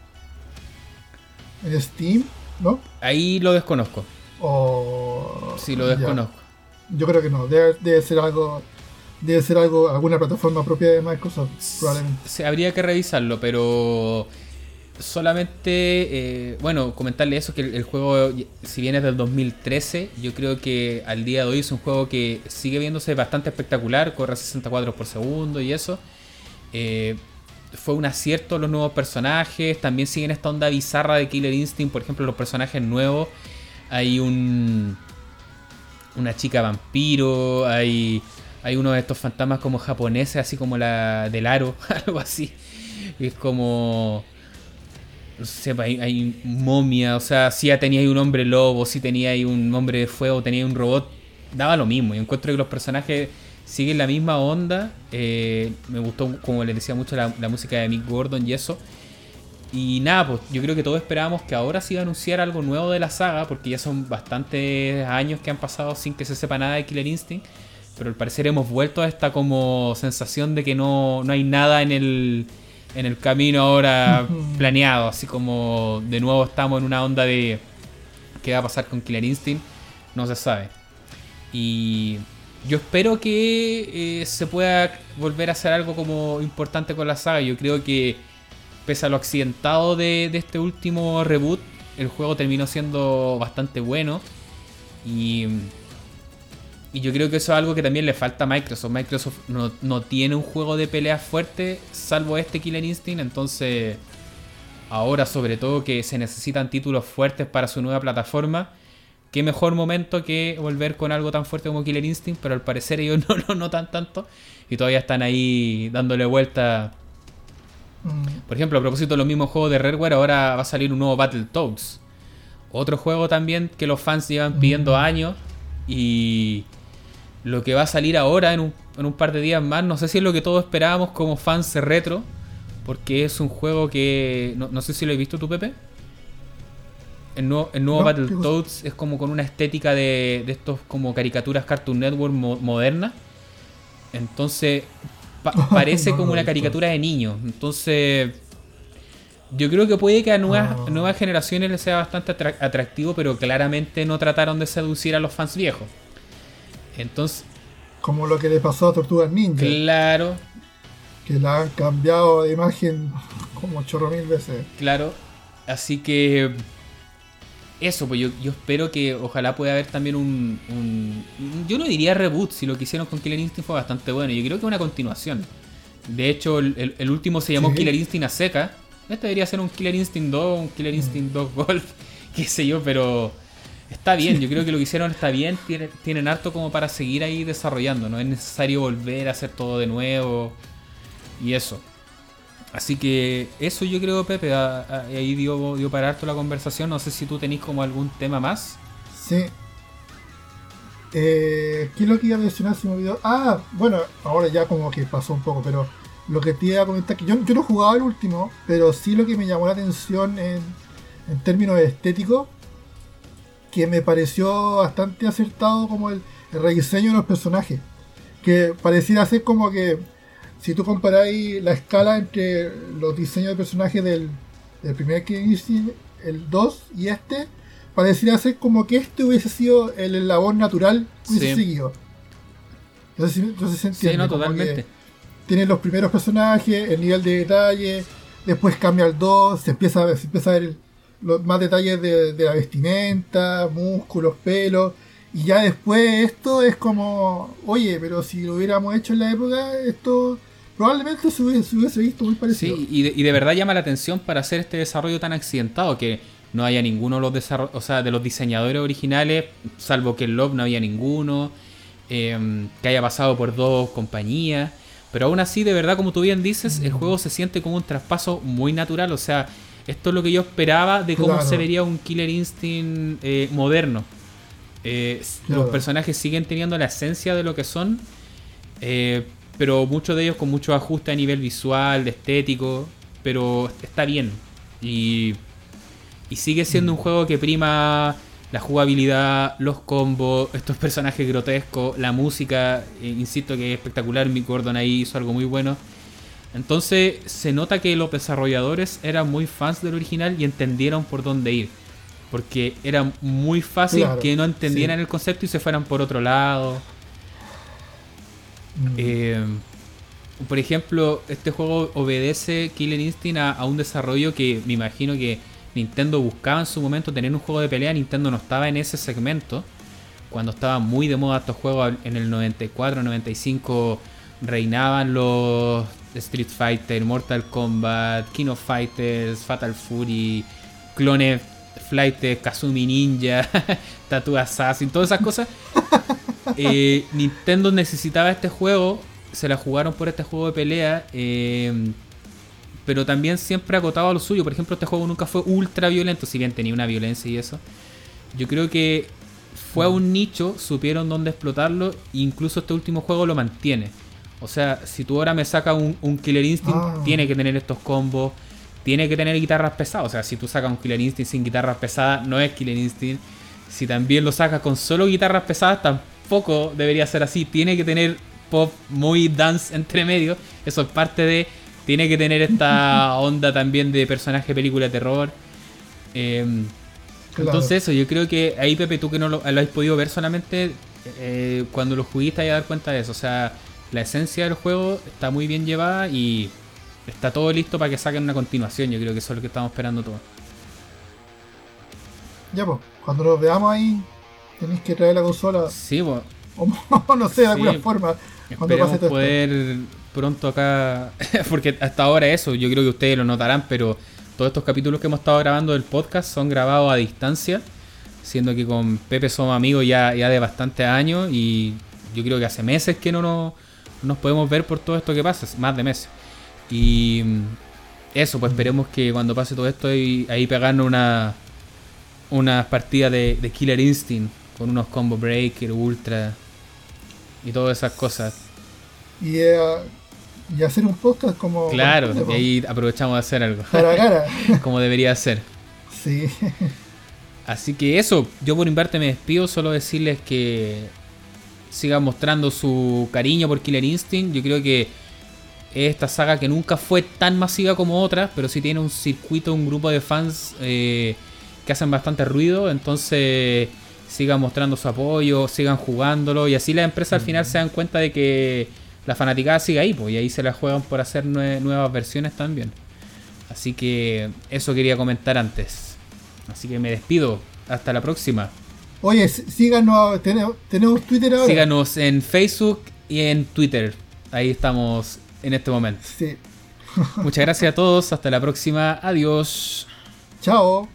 ¿En Steam? ¿No? Ahí lo desconozco. O... Sí, lo ya. desconozco. Yo creo que no. Debe, debe ser algo. Debe ser algo. Alguna plataforma propia de Microsoft, probablemente. Se, habría que revisarlo, pero solamente, eh, bueno, comentarle eso, que el, el juego, si bien es del dos mil trece, yo creo que al día de hoy es un juego que sigue viéndose bastante espectacular, corre a sesenta cuadros por segundo y eso. Eh, fue un acierto los nuevos personajes, también siguen esta onda bizarra de Killer Instinct, por ejemplo, los personajes nuevos, hay un... una chica vampiro, hay... Hay uno de estos fantasmas como japoneses, así como la del aro, algo así. Y es como... No sé, hay, hay momia, o sea, si ya tenía ahí un hombre lobo, si tenía ahí un hombre de fuego, tenía un robot, daba lo mismo. Y encuentro que los personajes siguen la misma onda. Eh, me gustó, como les decía, mucho la, la música de Mick Gordon y eso. Y nada, pues yo creo que todos esperábamos que ahora se iba a anunciar algo nuevo de la saga, porque ya son bastantes años que han pasado sin que se sepa nada de Killer Instinct. Pero al parecer hemos vuelto a esta como sensación de que no, no hay nada en el, en el camino ahora planeado. Así como de nuevo estamos en una onda de qué va a pasar con Killer Instinct, no se sabe. Y yo espero que eh, se pueda volver a hacer algo como importante con la saga. Yo creo que pese a lo accidentado de, de este último reboot, el juego terminó siendo bastante bueno. Y... Y yo creo que eso es algo que también le falta a Microsoft. Microsoft no, no tiene un juego de peleas fuerte, salvo este Killer Instinct. Entonces, ahora sobre todo que se necesitan títulos fuertes para su nueva plataforma, qué mejor momento que volver con algo tan fuerte como Killer Instinct. Pero al parecer ellos no lo notan tanto y todavía están ahí dándole vuelta. Por ejemplo, a propósito de los mismos juegos de Rareware, ahora va a salir un nuevo Battletoads. Otro juego también que los fans llevan pidiendo mm. años. Y... lo que va a salir ahora en un, en un par de días más, no sé si es lo que todos esperábamos como fans retro, porque es un juego que... No, no sé si lo has visto tú, Pepe. El nuevo, el nuevo no, Battletoads es como con una estética de, de estos como caricaturas Cartoon Network mo modernas. Entonces pa parece no, como no una caricatura de niños. Entonces yo creo que puede que a nuevas, oh. nuevas generaciones les sea bastante atractivo, pero claramente no trataron de seducir a los fans viejos. Entonces, como lo que le pasó a Tortugas Ninja. Claro. Que la han cambiado de imagen como chorro mil veces. Claro. Así que eso, pues yo, yo espero que ojalá pueda haber también un, un... Yo no diría reboot, si lo que hicieron con Killer Instinct fue bastante bueno. Yo creo que una continuación. De hecho, el, el, el último se llamó sí. Killer Instinct a seca. Este debería ser un Killer Instinct dos, un Killer Instinct dos Golf, qué sé yo, pero... Está bien, yo creo que lo que hicieron está bien, tienen, tienen harto como para seguir ahí desarrollando, no es necesario volver a hacer todo de nuevo. Y eso. Así que eso yo creo, Pepe, a, a, ahí dio, dio para harto la conversación. No sé si tú tenés como algún tema más. Sí. Eh, ¿Qué es lo que iba a mencionar? Se me olvidó. Ah, bueno, ahora ya como que pasó un poco, pero lo que te iba a comentar, que yo, yo no jugaba el último, pero sí lo que me llamó la atención en, en términos estéticos, que me pareció bastante acertado como el, el rediseño de los personajes. Que pareciera ser como que si tú comparáis la escala entre los diseños de personajes del, del primer Killer Instinct, el dos y este, pareciera ser como que este hubiese sido el eslabón natural que hubiese Sí. seguido. Entonces, entonces se entiende. Sí, no, como totalmente. que tienes los primeros personajes, el nivel de detalle, después cambia al dos, se empieza a ver, se empieza a ver los más detalles de, de la vestimenta, músculos, pelos. Y ya después esto es como, oye, pero si lo hubiéramos hecho en la época, esto probablemente se hubiese, se hubiese visto muy parecido. Sí, y de, y de verdad llama la atención para hacer este desarrollo tan accidentado, que no haya ninguno de los desarroll- o sea, de los diseñadores originales, salvo que en Love no había ninguno, eh, que haya pasado por dos compañías. Pero aún así, de verdad, como tú bien dices, el juego se siente como un traspaso muy natural. O sea, esto es lo que yo esperaba de cómo Claro. se vería un Killer Instinct eh, moderno. Eh, Claro. Los personajes siguen teniendo la esencia de lo que son, eh, pero muchos de ellos con mucho ajuste a nivel visual, de estético, pero está bien. Y, y sigue siendo un juego que prima la jugabilidad, los combos, estos personajes grotescos, la música, eh, insisto que es espectacular. Mick Gordon ahí hizo algo muy bueno. Entonces se nota que los desarrolladores eran muy fans del original y entendieron por dónde ir. Porque era muy fácil Claro, que no entendieran sí. el concepto y se fueran por otro lado. Mm. Eh, por ejemplo, este juego obedece Killer Instinct a, a un desarrollo que me imagino que Nintendo buscaba en su momento tener un juego de pelea. Nintendo no estaba en ese segmento. Cuando estaban muy de moda estos juegos en el noventa y cuatro, noventa y cinco, reinaban los Street Fighter, Mortal Kombat, King of Fighters, Fatal Fury, Clone Flight, Kazumi Ninja, Tattoo Assassin, todas esas cosas. eh, Nintendo necesitaba este juego, se la jugaron por este juego de pelea, eh, pero también siempre acotado a lo suyo. Por ejemplo, este juego nunca fue ultra violento, si bien tenía una violencia y eso. Yo creo que fue a un nicho, supieron dónde explotarlo, e incluso este último juego lo mantiene. O sea, si tú ahora me sacas un, un Killer Instinct, Ah. tiene que tener estos combos, tiene que tener guitarras pesadas. O sea, si tú sacas un Killer Instinct sin guitarras pesadas, no es Killer Instinct. Si también lo sacas con solo guitarras pesadas, tampoco debería ser así. Tiene que tener pop muy dance entre medio. Eso es parte de... Tiene que tener esta onda también de personaje película de terror. Eh, Claro. Entonces eso, yo creo que ahí, Pepe, tú que no lo, lo has podido ver solamente, eh, cuando lo juguiste te vas a dar cuenta de eso. O sea, la esencia del juego está muy bien llevada y está todo listo para que saquen una continuación. Yo creo que eso es lo que estamos esperando todos. Ya, pues, cuando nos veamos ahí, tenéis que traer la consola, Sí, pues, o no sé, de alguna Sí. forma, cuando esperemos pase todo esto. poder pronto acá, porque hasta ahora eso, yo creo que ustedes lo notarán, pero todos estos capítulos que hemos estado grabando del podcast son grabados a distancia, siendo que con Pepe somos amigos ya, ya de bastantes años y yo creo que hace meses que no nos, nos podemos ver por todo esto que pasa, más de meses. Y eso, pues esperemos que cuando pase todo esto ahí, ahí pegarnos una unas partidas de, de Killer Instinct con unos combo breaker, ultra y todas esas cosas. Y, eh, y hacer un podcast como... Claro, como- y ahí aprovechamos de hacer algo, Cara a cara. como debería ser. Sí. Así que eso, yo por mi parte me despido, solo decirles que sigan mostrando su cariño por Killer Instinct. Yo creo que esta saga que nunca fue tan masiva como otras, pero sí tiene un circuito, un grupo de fans eh, que hacen bastante ruido, entonces sigan mostrando su apoyo, sigan jugándolo y así las empresas al final se dan cuenta de que la fanaticada sigue ahí, pues, y ahí se la juegan por hacer nue- nuevas versiones también. Así que eso quería comentar antes. Así que me despido, hasta la próxima. Oye, sí- síganos, tenemos, tenemos Twitter ahora. Síganos en Facebook y en Twitter, ahí estamos en este momento. Sí. Muchas gracias a todos, hasta la próxima, adiós. Chao.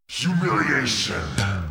Humiliation.